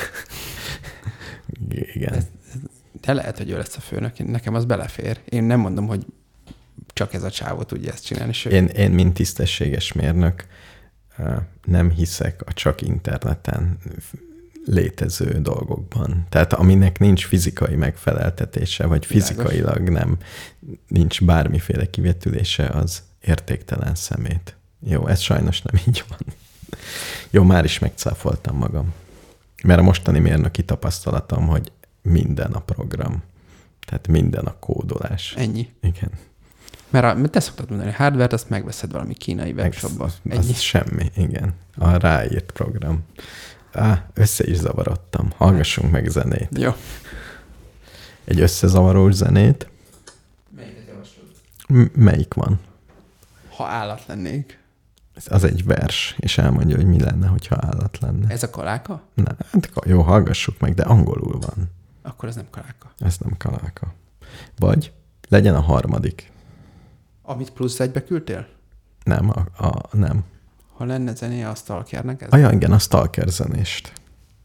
Igen. Ez, de lehet, hogy ő lesz a főnök. Nekem az belefér. Én nem mondom, hogy csak ez a csávó tudja ezt csinálni. Sőt. Én, én, mint tisztességes mérnök, nem hiszek a csak interneten létező dolgokban. Tehát aminek nincs fizikai megfeleltetése, vagy fizikailag nem, nincs bármiféle kivetülése, az értéktelen szemét. Jó, ez sajnos nem így van. Jó, már is megcáfoltam magam. Mert a mostani mérnöki tapasztalatom, hogy minden a program. Tehát minden a kódolás. Ennyi. Igen. Mert, a, mert te szoktad mondani, a hardware-t azt megveszed valami kínai webshopba. Ennyi. Az semmi, igen. A ráírt program. Á, össze is zavarodtam. Hallgassunk meg zenét. Jó. Egy összezavarós zenét. Melyiket javaslod? M- melyik van? Ha állat lennék. Az egy vers, és elmondja, hogy mi lenne, hogyha állat lenne. Ez a kaláka? Na, hát jó, hallgassuk meg, de angolul van. Akkor ez nem kaláka. Ez nem kaláka. Vagy legyen a harmadik. Amit plusz egybe küldtél? Nem, a, a, nem. Ha lenne zenéje, a Stalkernek ez? Ajaj, igen, a Stalker zenést.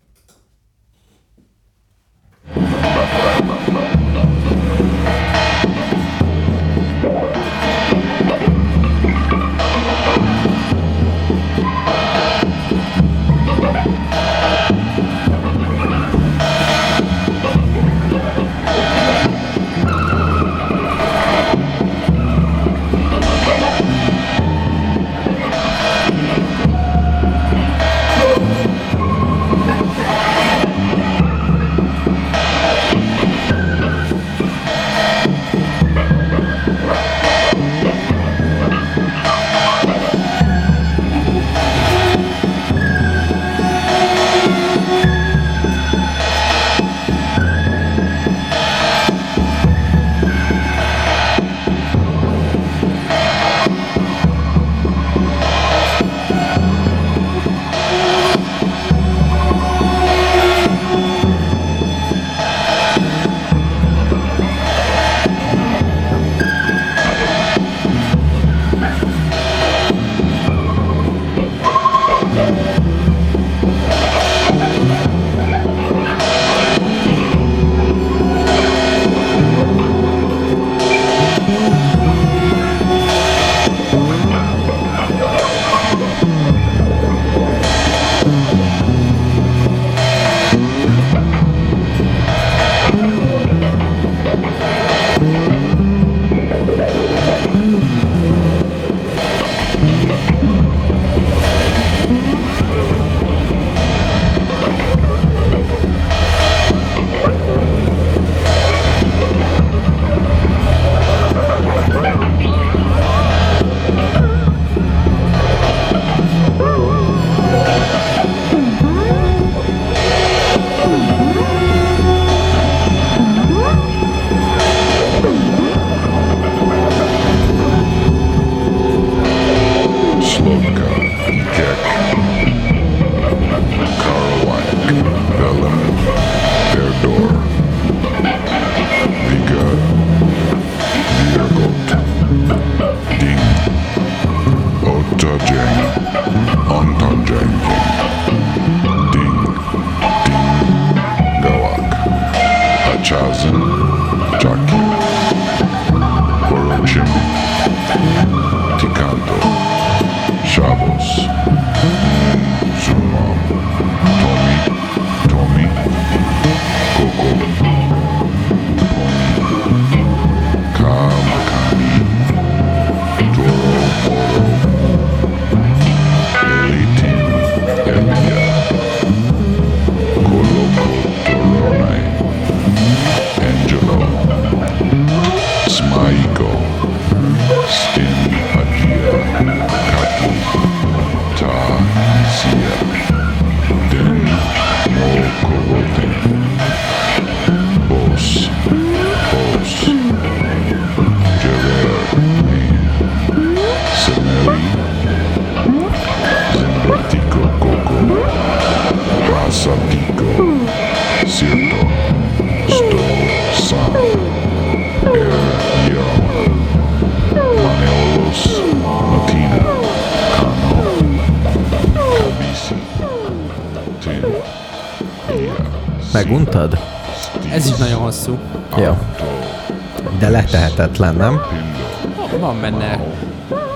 Meguntad? Ez is nagyon hosszú. Jó. De letehetetlen, nem? Van benne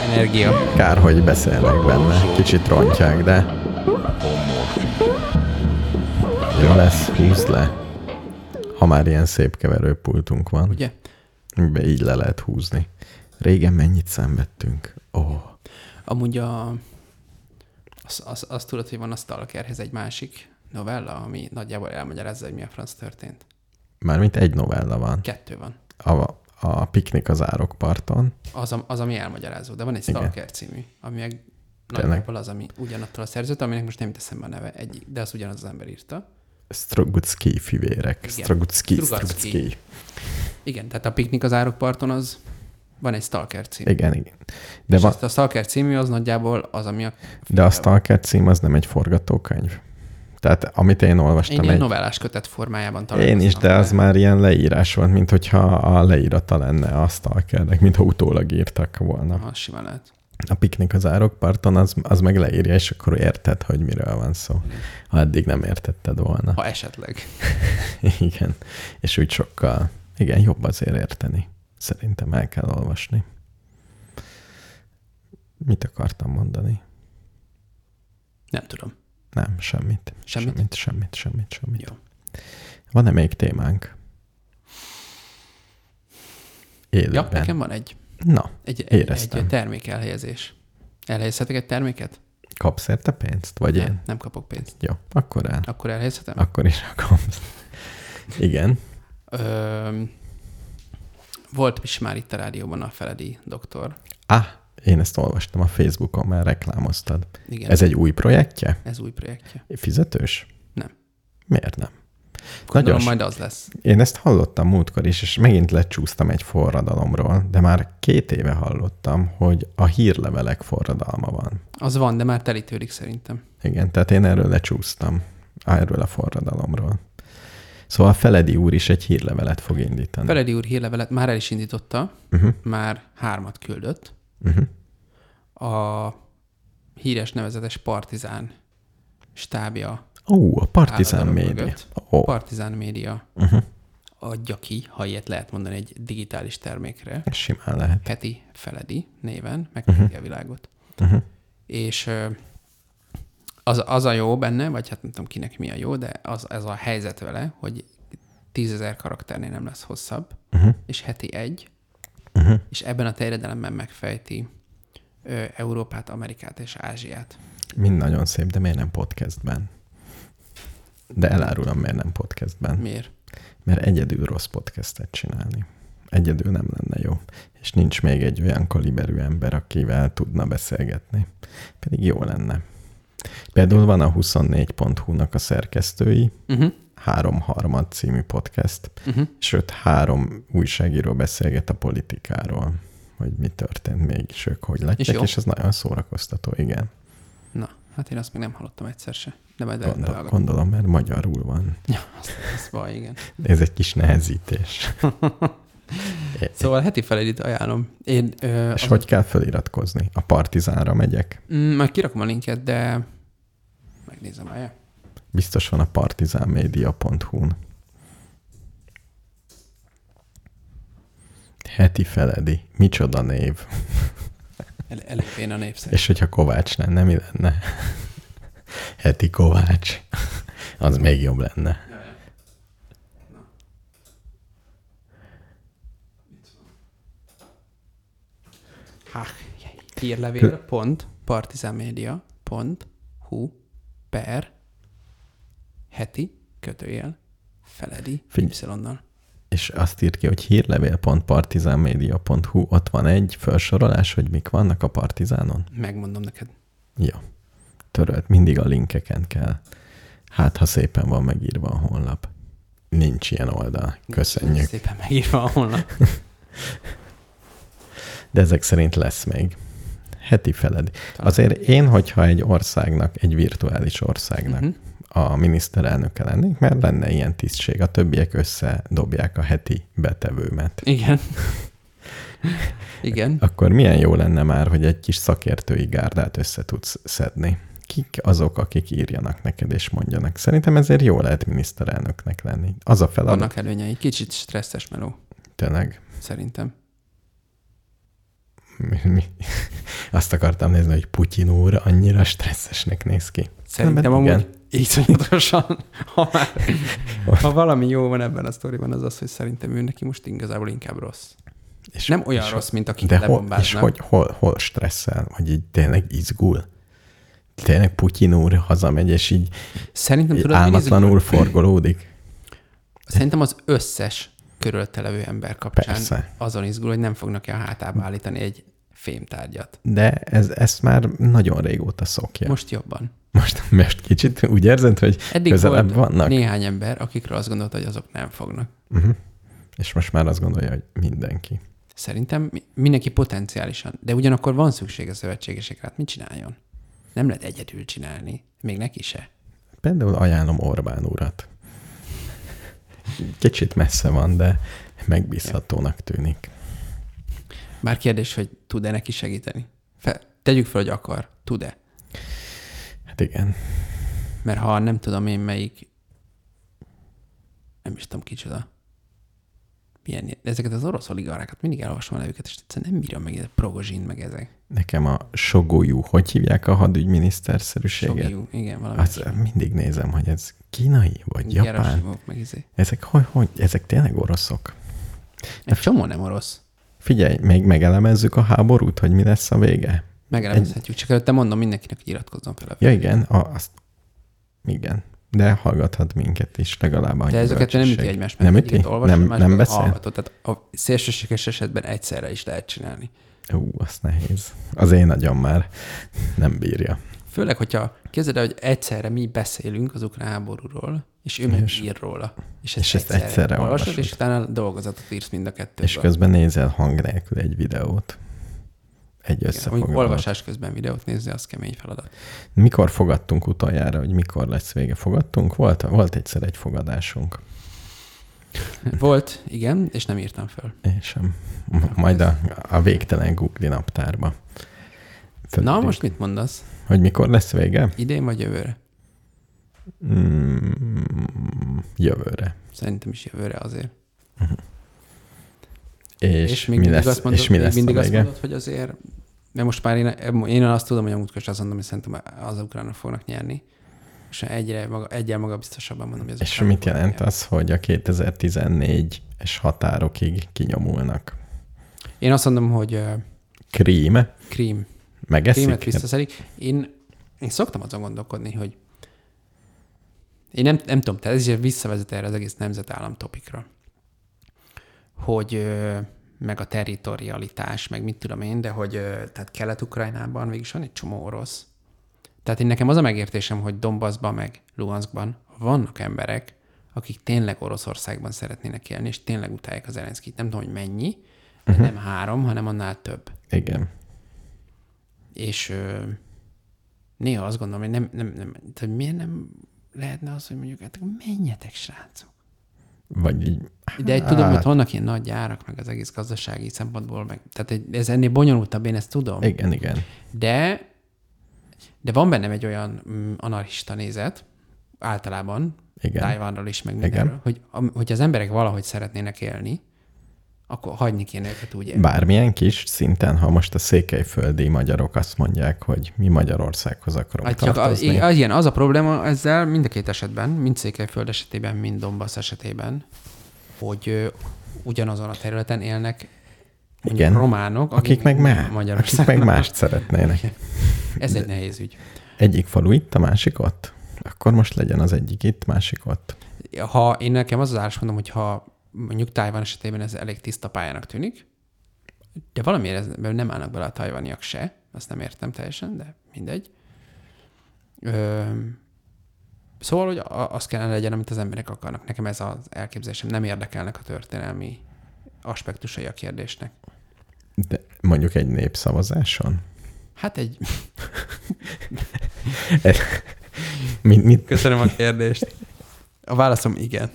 Energia. Kár, hogy beszélnek benne. Kicsit rontják, de jó lesz, húzd le. Ha már ilyen szép keverőpultunk van. Ugye? Be így le lehet húzni. Régen mennyit szenvedtünk. Ó. Oh. Amúgy a... Azt az, az tudod, hogy van a Stalkerhez egy másik novella, ami nagyjából elmagyarázza, hogy mi a franc történt. Mármint egy novella van. Kettő van. A, a Piknik az árokparton. Az, az, ami elmagyarázó, de van egy Igen. Stalker című, ami meg nagyjából az, ami ugyanattól a szerzőt, aminek most nem teszem a neve, egy, de az ugyanaz az ember írta. Strogutski fivérek. Strogutski, Strogutski. Igen, tehát a Piknik az árokparton az van egy Stalker cím. Igen, igen. De és va- ezt a Stalker című az nagyjából az, ami a... De a Stalker cím az nem egy forgatókönyv. Tehát amit én olvastam... Én egy ilyen novellás kötet formájában találkoztam. Én is, de az már ilyen leírás volt, mint hogyha a leírata lenne a Stalkernek, mintha utólag írtak volna. Az simán lehet. A Piknik az árokparton, az, az meg leírja, és akkor érted, hogy miről van szó. Ha eddig nem értetted volna. Ha esetleg. Igen. És úgy sokkal, igen, jobb azért érteni. Szerintem el kell olvasni. Mit akartam mondani? Nem tudom. Nem, semmit. Semmit? Semmit, semmit, semmit, semmit. Jó. Van-e még témánk? Élőben. Ja, nekem van egy. Na, Egy, éreztem. egy termék elhelyezés. Elhelyezhetek egy terméket? Kapsz érte pénzt? Vagy nem, én? Nem kapok pénzt. Jó, akkor el. Akkor elhelyezhetem? Akkor is kapsz. Igen. Ö, volt is már itt a rádióban a Feledi doktor. Ah, én ezt olvastam a Facebookon, már reklámoztad. Igen. Ez egy új projektje? Ez új projektje. Fizetős? Nem. Miért nem? Gondolom, Nagyon... majd az lesz. Én ezt hallottam múltkor is, és megint lecsúsztam egy forradalomról, de már két éve hallottam, hogy a hírlevelek forradalma van. Az van, de már telítődik szerintem. Igen, tehát én erről lecsúsztam, erről a forradalomról. Szóval Feledi úr is egy hírlevelet fog indítani. Feledi úr hírlevelet már el is indította, uh-huh. már hármat küldött. Uh-huh. A híres nevezetes Partizán stábja. Ó, a Partizán média. Oh. Partizán média uh-huh. adja ki, ha ilyet lehet mondani, egy digitális termékre. Simán lehet. Peti Feledi néven, megkapja uh-huh. a világot. Uh-huh. És az, az a jó benne, vagy hát nem tudom kinek mi a jó, de az, ez a helyzet vele, hogy tízezer karakternél nem lesz hosszabb, uh-huh. és heti egy, uh-huh. és ebben a terjedelemben megfejti ö, Európát, Amerikát és Ázsiát. Mind nagyon szép, de miért nem podcastben? De elárulom, miért nem podcastben. Miért? Mert egyedül rossz podcastet csinálni. Egyedül nem lenne jó. És nincs még egy olyan kaliberű ember, akivel tudna beszélgetni. Pedig jó lenne. Például van a huszonnégy pont hu-nak a szerkesztői, uh-huh. Három harmad című podcast, uh-huh. sőt három újságíró beszélget a politikáról, hogy mi történt mégis, ők hogy látják, és, és ez nagyon szórakoztató, igen. Na, hát én azt még nem hallottam egyszer se. De majd Gondol, gondolom, mert magyarul van. Ja, az, az baj, igen. Ez egy kis nehezítés. Szóval heti Feledit ajánlom. Én, ö, és az... hogy kell feliratkozni? A Partizánra megyek? Mm, majd kirakom a linket, de megnézem el. Biztos van a partizánmedia pont hu-n. Heti Feledi. Micsoda név. El, előbb a név szerint. És hogyha Kovács lenne, mi lenne? Heti Kovács. Az még jobb lenne. Hírlevél pont partizánmedia pont hu per heti kötőjel Feledi Y-nal. És azt írt ki, hogy hírlevél pont partizánmedia pont hu, ott van egy felsorolás, hogy mik vannak a Partizánon? Megmondom neked. Jó. Törölt. Mindig a linkeken kell. Hát, ha szépen van megírva a honlap. Nincs ilyen oldal. Köszönjük. Nincs szépen megírva a honlap. De ezek szerint lesz még. Heti Feledi. Azért én, hogyha egy országnak, egy virtuális országnak uh-huh. a miniszterelnöke lennék, mert lenne ilyen tisztség. A többiek összedobják a heti betevőmet. Igen. Igen. Akkor milyen jó lenne már, hogy egy kis szakértői gárdát össze tudsz szedni. Kik azok, akik írjanak neked és mondjanak? Szerintem ezért jó lehet miniszterelnöknek lenni. Az a feladat. Vannak előnyei. Kicsit stresszes meló. Tényleg. Szerintem. Mi, mi? Azt akartam nézni, hogy Putyin úr annyira stresszesnek néz ki. Szerintem amúgy igen. Iszonyatosan, ha, már, ha valami jó van ebben a sztoriban, az az, hogy szerintem ő neki most igazából inkább rossz. És nem olyan és rossz, mint akik lebombáznak. És hogy hol, hol stresszel, vagy így tényleg izgul? Tényleg Putyin úr hazamegy, és így, szerintem, így tudod, álmatlanul forgolódik? Szerintem az összes körülötte levő ember kapcsán Persze. azon izgul, hogy nem fognak-e a hátába állítani egy fémtárgyat. De ez, ezt már nagyon régóta szokja. Most jobban. Most, most kicsit úgy érzed, hogy eddig közelebb vannak? Néhány ember, akikről azt gondolta, hogy azok nem fognak. Uh-huh. És most már azt gondolja, hogy mindenki. Szerintem mindenki potenciálisan, de ugyanakkor van szükség a szövetségesekre. Hát mit csináljon? Nem lehet egyedül csinálni. Még neki se. Például ajánlom Orbán urat. Kicsit messze van, de megbízhatónak tűnik. Már kérdés, hogy tud-e neki segíteni? Fel, tegyük fel, hogy akar. Tud-e? Hát igen. Mert ha nem tudom én melyik, nem is tudom kicsoda. Milyen, ezeket az orosz oligarchákat mindig elolvasom a nevüket, és egyszerűen nem bírom meg, Progozsin meg ezek. Nekem a Sogójú, hogy hívják a hadügyminiszterszerűséget? Sogójú, igen, valami. Azt mindig nézem, hogy ez kínai, vagy japán. Meg izé. Ezek, hogy, hogy, ezek tényleg oroszok? Egy csomó nem orosz. Figyelj, még megelemezzük a háborút, hogy mi lesz a vége? Megelemezhetjük, egy... csak előtte mondom mindenkinek, hogy iratkozzon fel. Ja igen, a, azt, igen, de hallgathat minket is legalább annyi. De ezeket nem üti egymást, nem üti? Nem, nem beszél? Hallgatod. Tehát a szélsőséges esetben egyszerre is lehet csinálni. Ú, az nehéz. Az én agyam már nem bírja. Főleg, hogyha képzeld el, hogy egyszerre mi beszélünk az ukrán háborúról, és ő meg ír róla. És ezt, és ezt egyszerre, egyszerre olvasod, olvasod. és utána dolgozatot írsz mind a kettőből. És közben nézel hang nélkül egy videót. Egy összefoglalót. Olvasás közben videót nézni, az kemény feladat. Mikor fogadtunk utoljára, hogy mikor lesz vége? Fogadtunk? Volt, volt egyszer egy fogadásunk. Volt, igen, és nem írtam föl. Én sem. Majd a, a végtelen Google naptárba. Föltünk. Na, most mit mondasz? Hogy mikor lesz vége? Idén vagy jövőre? Mm, jövőre. Szerintem is jövőre azért. Uh-huh. És, és még mi lesz, lesz, mondod, és mi lesz mindig a vége? azt mondod, hogy azért, mert most már én, én azt tudom, hogy a múltkor azt mondom, hogy szerintem az ukránok fognak nyerni. És egyre maga, egyel magabiztosabban mondom, hogy az és mit jelent nyerni. Az, hogy a kétezer-tizennégyes határokig kinyomulnak? Én azt mondom, hogy Krím. Krím. Megeszik? Krímet visszaszedik. Én, én szoktam azon gondolkodni, hogy én nem, nem tudom, tehát ez is visszavezet erre az egész nemzetállam topikra. Hogy meg a territorialitás, meg mit tudom én, de hogy tehát Kelet-Ukrajnában végig van egy csomó orosz. Tehát én nekem az a megértésem, hogy Donbassban meg Luhanskban vannak emberek, akik tényleg Oroszországban szeretnének élni, és tényleg utálják az Zelenszkit. Nem tudom, hogy mennyi, uh-huh. nem három, hanem annál több. Igen. És ö, néha azt gondolom, hogy nem, nem, nem, tehát miért nem lehetne az, hogy mondjuk, hát menjetek, srácok. Vagy így. De egy, tudom, hogy vannak ilyen nagy gyárak, meg az egész gazdasági szempontból, meg, tehát ez ennél bonyolultabb, én ezt tudom. Igen, igen. De, de van bennem egy olyan mm, anarchista nézet, általában, Tajvanról is, meg mindenről, hogy, hogy az emberek valahogy szeretnének élni, akkor hagyni kéne őket úgy élni. Bármilyen kis szinten, ha most a székelyföldi magyarok azt mondják, hogy mi Magyarországhoz akarunk hát tartozni. A, igen, az a probléma ezzel mind a két esetben, mind Székelyföld esetében, mind Donbass esetében, hogy ö, ugyanazon a területen élnek igen. románok, akik, akik, meg, má, akik meg mást szeretnének. Ez egy nehéz ügy. Egyik falu itt, a másik ott? Akkor most legyen az egyik itt, másik ott. Ha én nekem az az állásmondom, hogy ha mondjuk Tajvan esetében ez elég tiszta pályának tűnik, de valamiért nem állnak bele a tajvaniak se, azt nem értem teljesen, de mindegy. Ö, szóval, hogy az kellene legyen, amit az emberek akarnak. Nekem ez az elképzelésem, nem érdekelnek a történelmi aspektusai a kérdésnek. De mondjuk egy népszavazáson? Hát egy... mit, mit? Köszönöm a kérdést. A válaszom igen.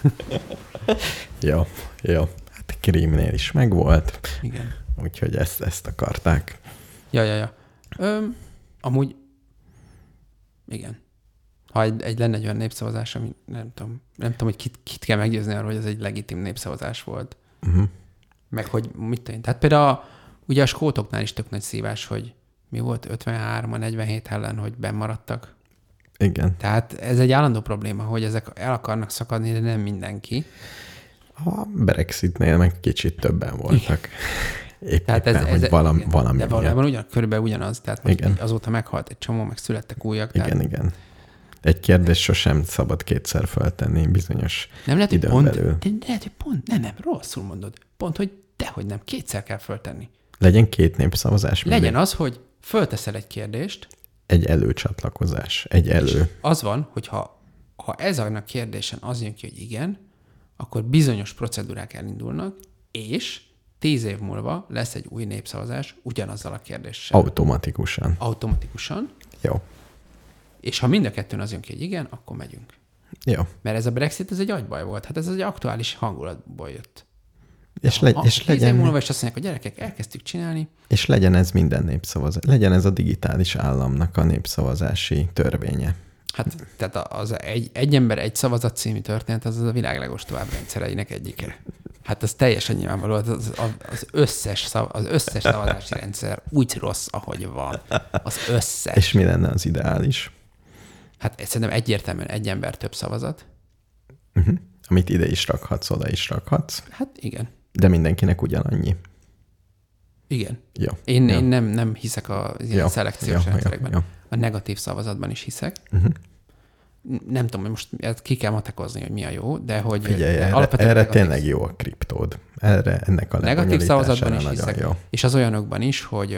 Jó, jó. Hát Krímnél is megvolt. Igen. Úgyhogy ezt, ezt akarták. Ja, ja, ja. Öm, amúgy igen. Ha egy, egy lenne egy olyan népszavazás, ami nem tudom, nem tudom, hogy kit, kit kell meggyőzni arról, hogy ez egy legitim népszavazás volt. Uh-huh. Meg hogy mit tudom. Tehát például a, Ugye a skótoknál is tök nagy szívás, hogy mi volt ötvenhárom a negyvenhét ellen, hogy bennmaradtak. Igen. Tehát ez egy állandó probléma, hogy ezek el akarnak szakadni, de nem mindenki. A Brexitnél meg kicsit többen voltak. Épp, tehát ez, éppen, ez, hogy valami, igen, valami de valójában ugyan, körülbelül ugyanaz. Tehát most igen. azóta meghalt egy csomó, meg születtek újak. Igen, tehát... igen. Egy kérdés sosem szabad kétszer feltenni bizonyos nem lehet, időn pont, belül. De lehet, hogy pont, nem, nem, rosszul mondod. Pont, hogy dehogy nem, kétszer kell föltenni. Legyen két népszavazás. Legyen mindig. az, hogy fölteszel egy kérdést. Egy előcsatlakozás. Egy elő. Az van, hogy ha, ha ez a kérdésen az jön ki, hogy igen, akkor bizonyos procedúrák elindulnak, és tíz év múlva lesz egy új népszavazás ugyanazzal a kérdéssel. Automatikusan. Automatikusan. Jó. És ha mind a kettőn az jön ki, hogy igen, akkor megyünk. Jó. Mert ez a Brexit, ez egy agybaj volt. Hát ez egy aktuális hangulatból jött. És, legy, ha, és tíz legyen... év múlva is azt mondják, a gyerekek, elkezdtük csinálni. És legyen ez minden népszavazás. Legyen ez a digitális államnak a népszavazási törvénye. Hát, tehát az egy, egy ember, egy szavazat című történet, az a világ legostobább rendszereinek egyike. Hát az teljesen nyilvánvaló, az, az, az, összes, szav, az összes szavazási rendszer úgy rossz, ahogy van. Az összes. És mi lenne az ideális? Hát szerintem egyértelműen egy ember több szavazat. Uh-huh. Amit ide is rakhatsz, oda is rakhatsz. Hát igen. De mindenkinek ugyanannyi. Igen. Jó. Én, jó. én nem, nem hiszek a ilyen jó. szelekciós jó, rendszerekben. Jó, jó. A negatív szavazatban is hiszek. Uh-huh. Nem tudom, hogy most ki kell matekozni, hogy mi a jó, de hogy... Figyelj, de erre, erre tényleg jó a kriptód. Erre, ennek a negatív szavazatban is nagyon hiszek. Jó. És az olyanokban is, hogy...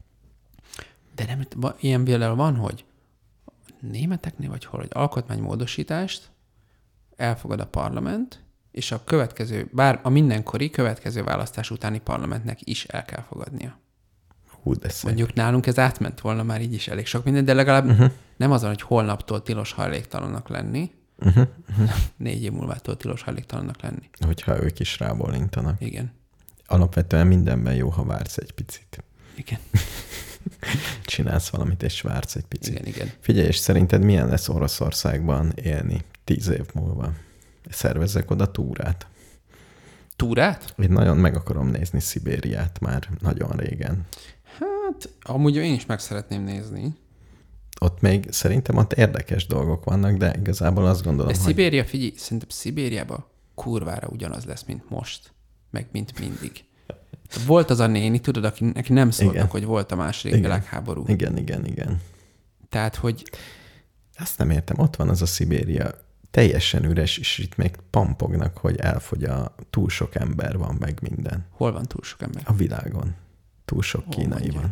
De nem, ilyen például van, hogy németeknél, vagy hol, hogy alkotmánymódosítást elfogad a parlament, és a következő, bár a mindenkori következő választás utáni parlamentnek is el kell fogadnia. Hú, de szép. Mondjuk nálunk ez átment volna már így is elég sok minden, de legalább uh-huh. nem azon, hogy holnaptól tilos hajléktalannak lenni, uh-huh. Uh-huh. négy év múlvától tilos hajléktalannak lenni. Hogyha ők is rábólintanak. Igen. Alapvetően mindenben jó, ha vársz egy picit. Igen. Csinálsz valamit, és vársz egy picit. Igen, igen. Figyelj, és szerinted milyen lesz Oroszországban élni tíz év múlva? Szervezzek oda túrát? Túrát? Én nagyon meg akarom nézni Szibériát már nagyon régen. Hát, amúgy én is meg szeretném nézni. Ott még szerintem ott érdekes dolgok vannak, de igazából azt gondolom, de hogy... Szibéria, figyelj, szerintem Szibériában kurvára ugyanaz lesz, mint most. Meg mint mindig. Volt az a néni, tudod, aki, neki nem szóltak, igen. hogy volt a második igen. világháború. Igen, igen, igen. Tehát, hogy... Azt nem értem, ott van az a Szibéria teljesen üres, és itt még pampognak, hogy elfogy a... Túl sok ember van, meg minden. Hol van túl sok ember? A világon. Túl sok kínai van.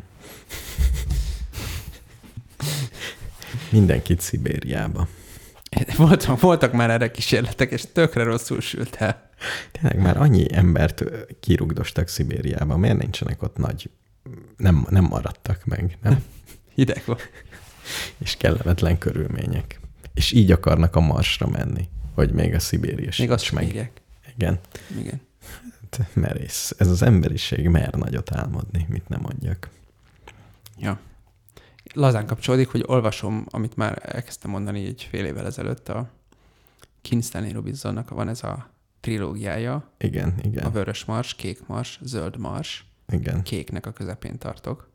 Mindenkit Szibériába. Voltak, voltak már erre kísérletek, és tökre rosszul sült el. Tényleg már annyi embert kirugdostak Szibériába. Miért nincsenek ott nagy... Nem, nem maradtak meg, nem? Hideg volt. És kellemetlen körülmények. És így akarnak a Marsra menni, hogy még a Szibéria még azt meg. Írják. Igen. Igen. Hát, merész. Ez az emberiség mer nagyot álmodni, mit nem mondjak. Ja. Lazán kapcsolódik, hogy olvasom, amit már elkezdtem mondani egy fél évvel ezelőtt, a Kim Stanley Robinsonnak van ez a trilógiája. Igen, igen. A vörös mars, kék mars, zöld mars. Igen. Kéknek a közepén tartok.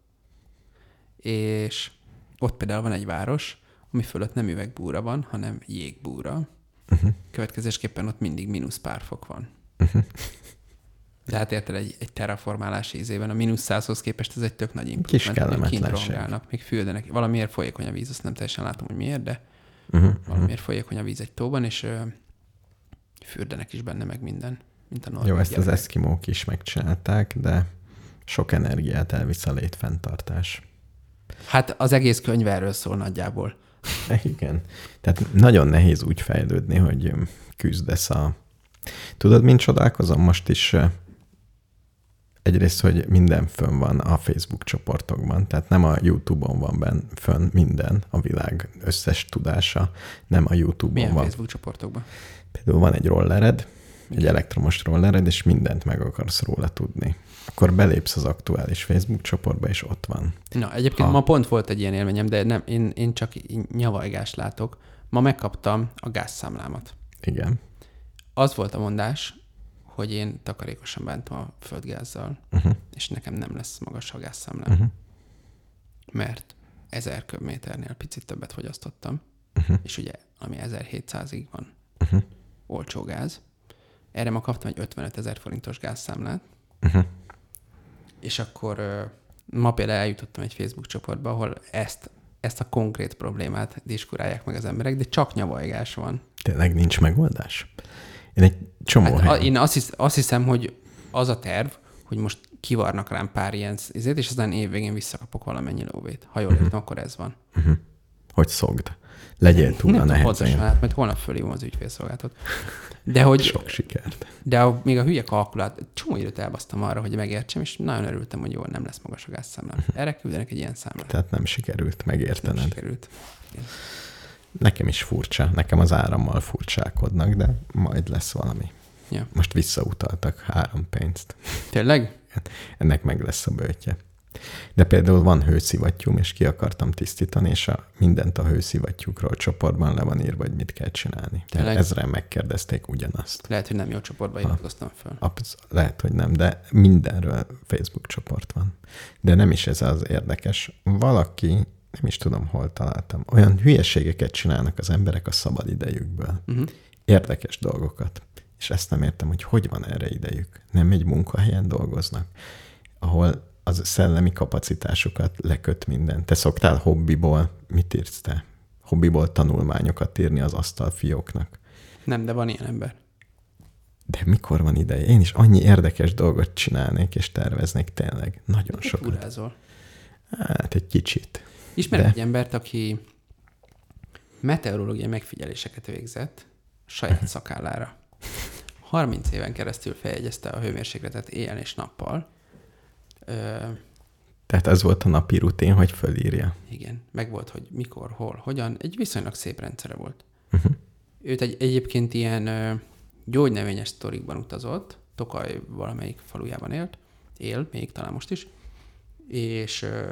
És ott például van egy város, ami fölött nem üvegbúra van, hanem jégbúra. Uh-huh. Következésképpen ott mindig mínusz pár fok van. Uh-huh. De hát érted, egy, egy terraformálás ízében a mínusz százhoz képest ez egy tök nagy improvement. Kis kellemetlenség. Még fürdenek. Valamiért folyékony a víz, azt nem teljesen látom, hogy miért, de uh-huh. valamiért folyékony a víz egy tóban, és ö, fürdenek is benne meg minden, mint a norvég. Jó, ezt gyerekek. Az eszkimók is megcsinálták, de sok energiát elvisz a létfenntartás. Hát az egész könyv erről szól nagyjából. Igen. Tehát nagyon nehéz úgy fejlődni, hogy küzdesz a... Tudod, mint csodálkozom? Most is egyrészt, hogy minden fönn van a Facebook csoportokban, tehát nem a YouTube-on van benn fönn minden, a világ összes tudása, nem a YouTube-on Milyen van. Facebook csoportokban? Például van egy rollered, egy elektromos rollered, és mindent meg akarsz róla tudni. Akkor belépsz az aktuális Facebook csoportba, és ott van. Na, egyébként ha... ma pont volt egy ilyen élményem, de nem, én, én csak nyavajgást látok. Ma megkaptam a gázszámlámat. Igen. Az volt a mondás, hogy én takarékosan bántam a földgázzal, uh-huh. és nekem nem lesz magas a gázszámlám. Uh-huh. Mert ezer köbméternél picit többet fogyasztottam, uh-huh. és ugye, ami ezerhétszázig van uh-huh. olcsó gáz. Erre ma kaptam egy ötvenetezer forintos gázszámlát, uh-huh. és akkor ma például eljutottam egy Facebook csoportba, ahol ezt, ezt a konkrét problémát diskurálják meg az emberek, de csak nyavajgás van. Tényleg nincs megoldás? Én egy csomó hát helyen. Én azt, hisz, azt hiszem, hogy az a terv, hogy most kivarnak rám pár ilyen izét, és aztán évvégén visszakapok valamennyi lóvét. Ha jól uh-huh. értem, akkor ez van. Uh-huh. Hogy szokd. Legyél túl nem a nehezen. Hát majd holnap fölhívom az ügyfélszolgáltat. De hogy... Sok sikert. De a, még a hülye kalkulát, csomó időt elbasztam arra, hogy megértsem, és nagyon örültem, hogy jól nem lesz magas a gázszámlám. Uh-huh. Erre küldenek egy ilyen számlát. Tehát nem sikerült megértened. Nem sikerült. Igen. Nekem is furcsa. Nekem az árammal furcsálkodnak, de majd lesz valami. Ja. Most visszautaltak három pénzt. Tényleg? Ennek meg lesz a böjtje. De például van hőszivattyúm, és ki akartam tisztítani, és a, mindent a hőszivattyúkról csoportban le van írva, hogy mit kell csinálni. Tényleg? Ezren megkérdezték ugyanazt. Lehet, hogy nem jó csoportba iratkoztam föl. Absz- lehet, hogy nem, de mindenről Facebook csoport van. De nem is ez az érdekes. Valaki, nem is tudom, hol találtam, olyan hülyeségeket csinálnak az emberek a szabad idejükből. Uh-huh. Érdekes dolgokat. És ezt nem értem, hogy hogy van erre idejük. Nem egy munkahelyen dolgoznak, ahol az szellemi kapacitásukat leköt minden. Te szoktál hobbiból, mit írsz te? Hobbiból tanulmányokat írni az asztalfióknak. Nem, de van ilyen ember. De mikor van ideje? Én is annyi érdekes dolgot csinálnék és terveznék tényleg. Nagyon de sokat. Urázol. Hát egy kicsit. Ismerek de... egy embert, aki meteorológiai megfigyeléseket végzett saját szakállára. harminc éven keresztül feljegyezte a hőmérsékletet éjjel és nappal. Ö, Tehát ez volt a napi rutin, hogy fölírja. Igen, meg volt, hogy mikor, hol, hogyan. Egy viszonylag szép rendszere volt. Uh-huh. Őt egy, egyébként ilyen ö, gyógynövényes sztorikban utazott, Tokaj valamelyik falujában élt, él, még talán most is, és ö,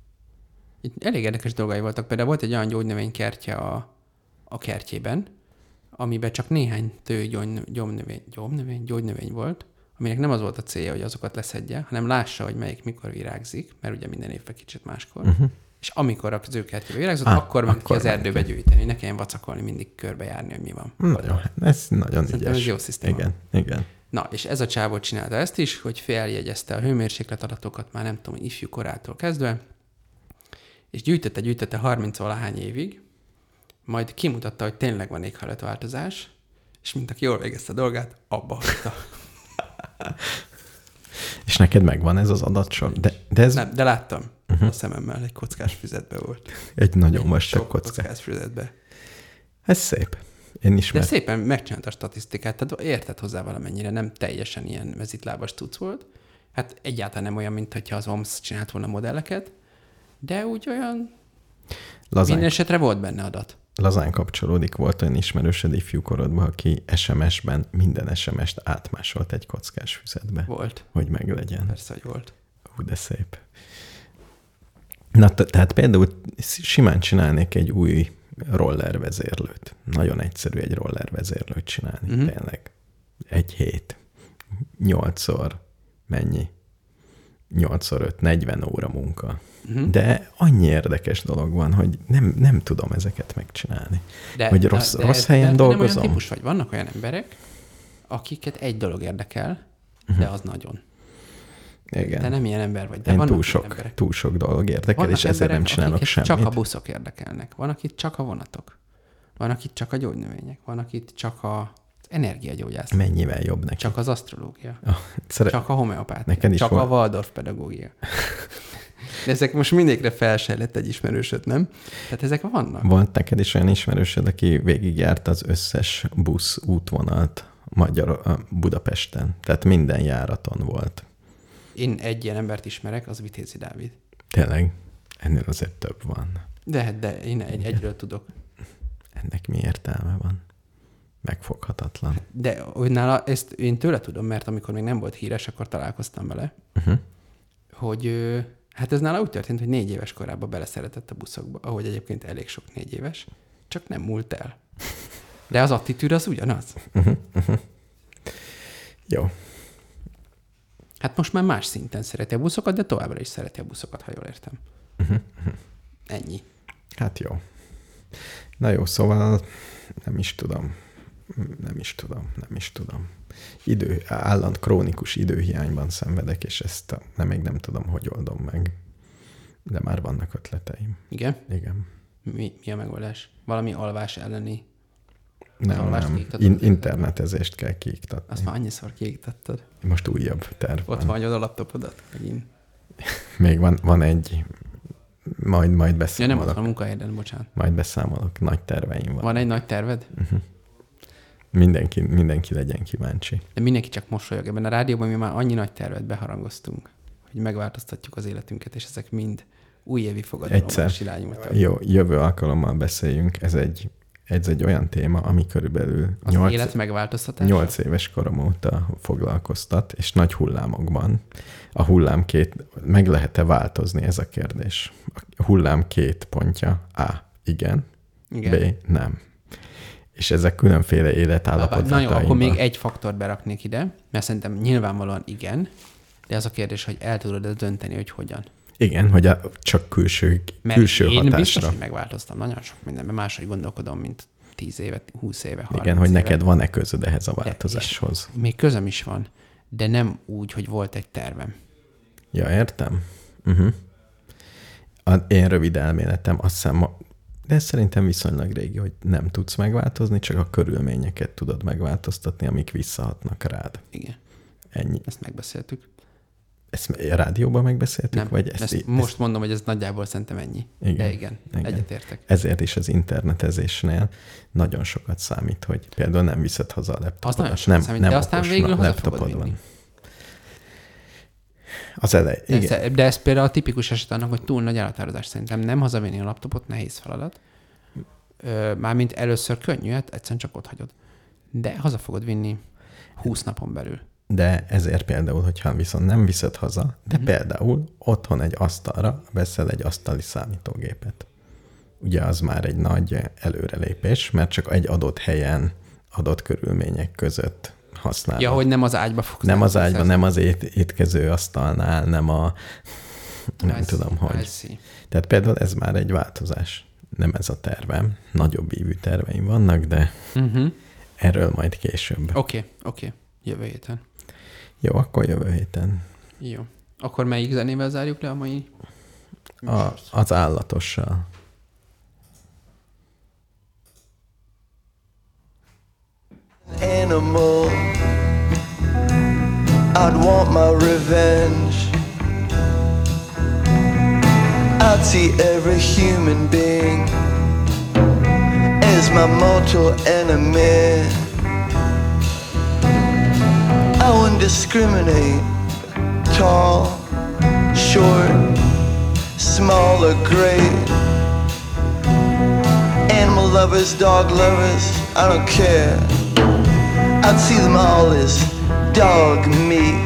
elég érdekes dolgai voltak. Például volt egy olyan gyógynövénykertje a, a kertjében, amiben csak néhány tő gyógynövény, gyógynövény, gyógynövény volt, aminek nem az volt a célja, hogy azokat leszedje, hanem lássa, hogy melyik mikor virágzik, mert ugye minden évben kicsit máskor. Uh-huh. És amikor az ő kertjében virágzott, ah, akkor ment ki az erdőbe ki. gyűjteni. Ne kelljen vacakolni, mindig körbejárni, hogy mi van. Nagyon, ez nagyon Szerintem ügyes. ez jó szisztéma. Igen, igen. Na, és ez a csávó csinálta ezt is, hogy feljegyezte a hőmérséklet adatokat már nem tudom, ifjú korától kezdve, és gyűjtette, gyűjtette harminc-valahány évig, majd kimutatta, hogy tényleg van éghajlatváltozás, és mint aki jól végezte a dolgát, abba hagyta. És neked megvan ez az adatsor? De, de, ez... Nem, de láttam uh-huh. a szememmel, egy kockás füzetbe volt. Egy nagyon vastag kockás. kockás füzetbe. Ez szép. Én ismer. De szépen megcsinálta a statisztikát, tehát érted hozzá valamennyire, nem teljesen ilyen mezitlábas cucc volt. Hát egyáltalán nem olyan, mint hogyha az o em es csinált volna modelleket, de úgy olyan lazán. Minden esetre volt benne adat. Lazán kapcsolódik, volt olyan ismerősöd ifjúkorodban, aki es em es-ben minden es em es-t átmásolt egy kockás füzetbe. Volt. Hogy meglegyen. Persze, hogy volt. Hú, de szép. Na, tehát például simán csinálnék egy új rollervezérlőt. Nagyon egyszerű egy rollervezérlőt csinálni, uh-huh. tényleg. Egy hét. Nyolcszor mennyi? Nyolcszor öt, negyven óra munka. Uh-huh. De annyi érdekes dolog van, hogy nem, nem tudom ezeket megcsinálni. De, hogy rossz, de, rossz helyen de, dolgozom. Nem olyan típus vagy. Vannak olyan emberek, akiket egy dolog érdekel, uh-huh. de az nagyon. Igen. Te nem ilyen ember vagy. De Én vannak túl sok, túl sok dolog érdekel, vannak és ezért nem csinálok semmit. Csak a buszok érdekelnek. Van, akit csak a vonatok. Van, akit csak a gyógynövények. Van, akit csak a energiagyógyászat. Mennyivel jobb neki? Csak az asztrológia. Oh, szere... Csak a homeopátia. Csak volt. A Waldorf pedagógia. De ezek most mindegyikre felsejlett egy ismerősöd, nem? Tehát ezek vannak. Volt neked is olyan ismerősöd, aki végigjárt az összes busz útvonalt Magyar Budapesten. Tehát minden járaton volt. Én egy ilyen embert ismerek, az Vitézi Dávid. Tényleg? Ennél azért több van. De, de én egy, egyről tudok. Ennek mi értelme van? Megfoghatatlan. De hogy nála, ezt én tőle tudom, mert amikor még nem volt híres, akkor találkoztam vele, uh-huh. hogy hát ez nála úgy történt, hogy négy éves korában beleszeretett a buszokba, ahogy egyébként elég sok négy éves, csak nem múlt el. De az attitűd az ugyanaz. Uh-huh. Uh-huh. Jó. Hát most már más szinten szereti a buszokat, de továbbra is szereti a buszokat, ha jól értem. Uh-huh, uh-huh. Ennyi. Hát jó. Na jó, szóval nem is tudom. Nem is tudom, nem is tudom. Idő, állandó krónikus időhiányban szenvedek, és ezt nem, még nem tudom, hogy oldom meg. De már vannak ötleteim. Igen? Igen. Mi, mi a megoldás? Valami alvás elleni? Nem, nem. In- internetezést kell kiiktatni. Azt már annyiszor kiiktattad. Most újabb terv Ott van. van a laptopodat megint. Még van, van egy, majd, majd beszámolok. Ja, nem ott van a munkahelyeden, bocsánat. Majd beszámolok, nagy terveim van. Van egy nagy terved? Uh-huh. Mindenki, mindenki legyen kíváncsi. De mindenki csak mosolyog. Ebben a rádióban mi már annyi nagy tervet beharangoztunk, hogy megváltoztatjuk az életünket, és ezek mind újévi fogadalomás irányultak. Jó, jövő alkalommal beszéljünk. Ez egy, ez egy olyan téma, ami körülbelül az nyolc, élet megváltoztatása? nyolc éves korom óta foglalkoztat, és nagy hullámokban. A hullám két, meg lehet-e változni, ez a kérdés. A hullám két pontja. A. Igen. Igen. B. Nem. És ezek különféle életállapotatai. Na jó, akkor még egy faktort beraknék ide, mert szerintem nyilvánvalóan igen, de az a kérdés, hogy el tudod dönteni, hogy hogyan. Igen, hogy a, csak külső, mert külső én hatásra. Biztos, hogy megváltoztam nagyon sok mindenben, máshogy gondolkodom, mint tíz éve, húsz éve, harminc Igen, hogy éve. Neked van-e közöd ehhez a változáshoz? Még közöm is van, de nem úgy, hogy volt egy tervem. Ja, értem. Uh-huh. A, én rövid elméletem, azt hiszem, de szerintem viszonylag régi, hogy nem tudsz megváltozni, csak a körülményeket tudod megváltoztatni, amik visszahatnak rád. Igen. Ennyi. Ezt megbeszéltük. Ezt a rádióban megbeszéltük? Nem, vagy ezt, ezt, ezt most mondom, hogy ez nagyjából szerintem ennyi. Igen, de igen, igen, egyetértek. Ezért is az internetezésnél nagyon sokat számít, hogy például nem viszed haza a laptopodat. Nem, számít, nem de aztán végül haza fogod vinni. Az elej, igen. De, de ez például a tipikus eset annak, hogy túl nagy elhatározás. Szerintem nem hazavinni a laptopot, nehéz feladat. Mármint először könnyű, hát egyszerűen csak ott hagyod. De haza fogod vinni húsz napon belül. De ezért például, hogyha viszont nem viszed haza, de mm-hmm. például otthon egy asztalra veszel egy asztali számítógépet. Ugye az már egy nagy előrelépés, mert csak egy adott helyen, adott körülmények között használod. Ja, hogy nem az ágyba fogsz. Nem az ágyba, nem az ét, étkező asztalnál, nem a... Nem I tudom, see, hogy... Tehát például ez már egy változás. Nem ez a tervem. Nagyobb ívű terveim vannak, de uh-huh. erről majd később. Oké, okay, oké. Okay. Jövő héten. Jó, akkor jövő héten. Jó. Akkor melyik zenével zárjuk le a mai... A, az állatossal. Animal, I'd want my revenge. I'd see every human being as my mortal enemy. I wouldn't discriminate, tall, short, small or great. Animal lovers, dog lovers, I don't care. I'd see them all as dog meat.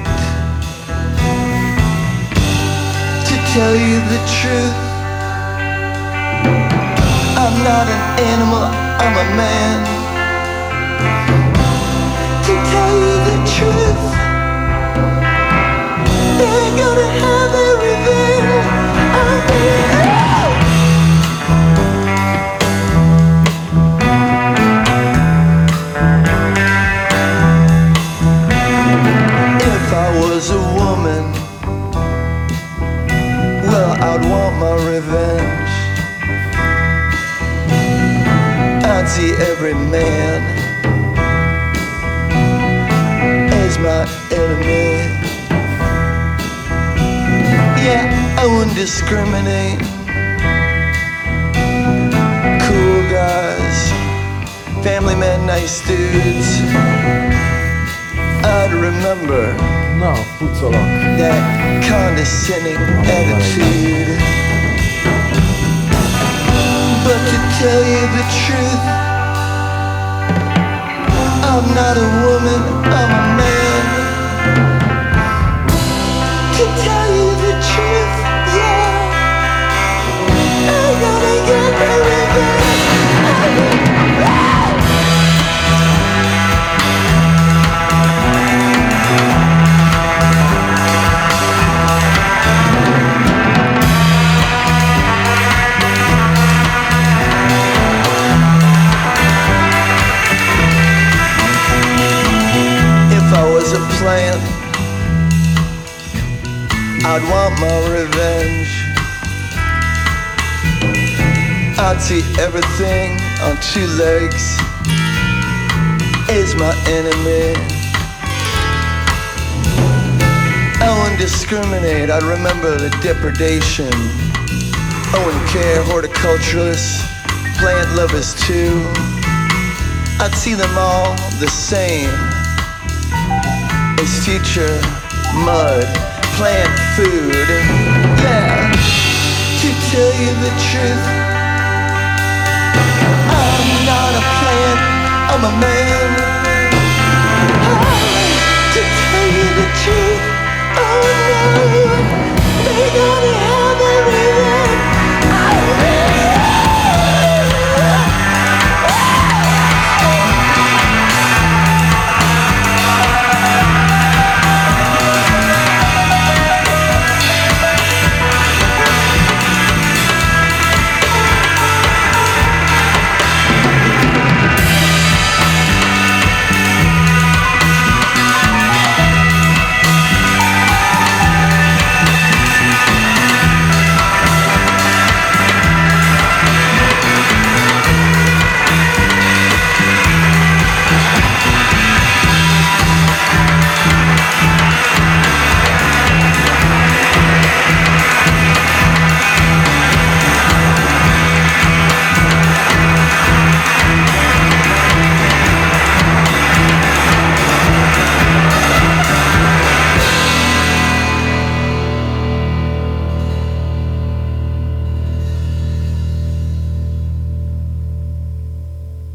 To tell you the truth, I'm not an animal, I'm a man. To tell you the truth, they're gonna have everything I need. If I was a woman, well, I'd want my revenge. I'd see every man as my enemy. Yeah, I wouldn't discriminate. Cool guys, family men, nice dudes. I'd remember Na, pucolok. that condescending attitude. But to tell you the truth, I'm not a woman, I'm a man. To tell you the truth, yeah, I gotta get my revenge. I I'd want my revenge. I'd see everything on two legs is my enemy. I wouldn't discriminate, I'd remember the depredation. I wouldn't care, horticulturalists, plant lovers too. I'd see them all the same. It's future, mud, plant food. Yeah, to tell you the truth, I'm not a plant, I'm a man. Oh, to tell you the truth, oh no, they got it.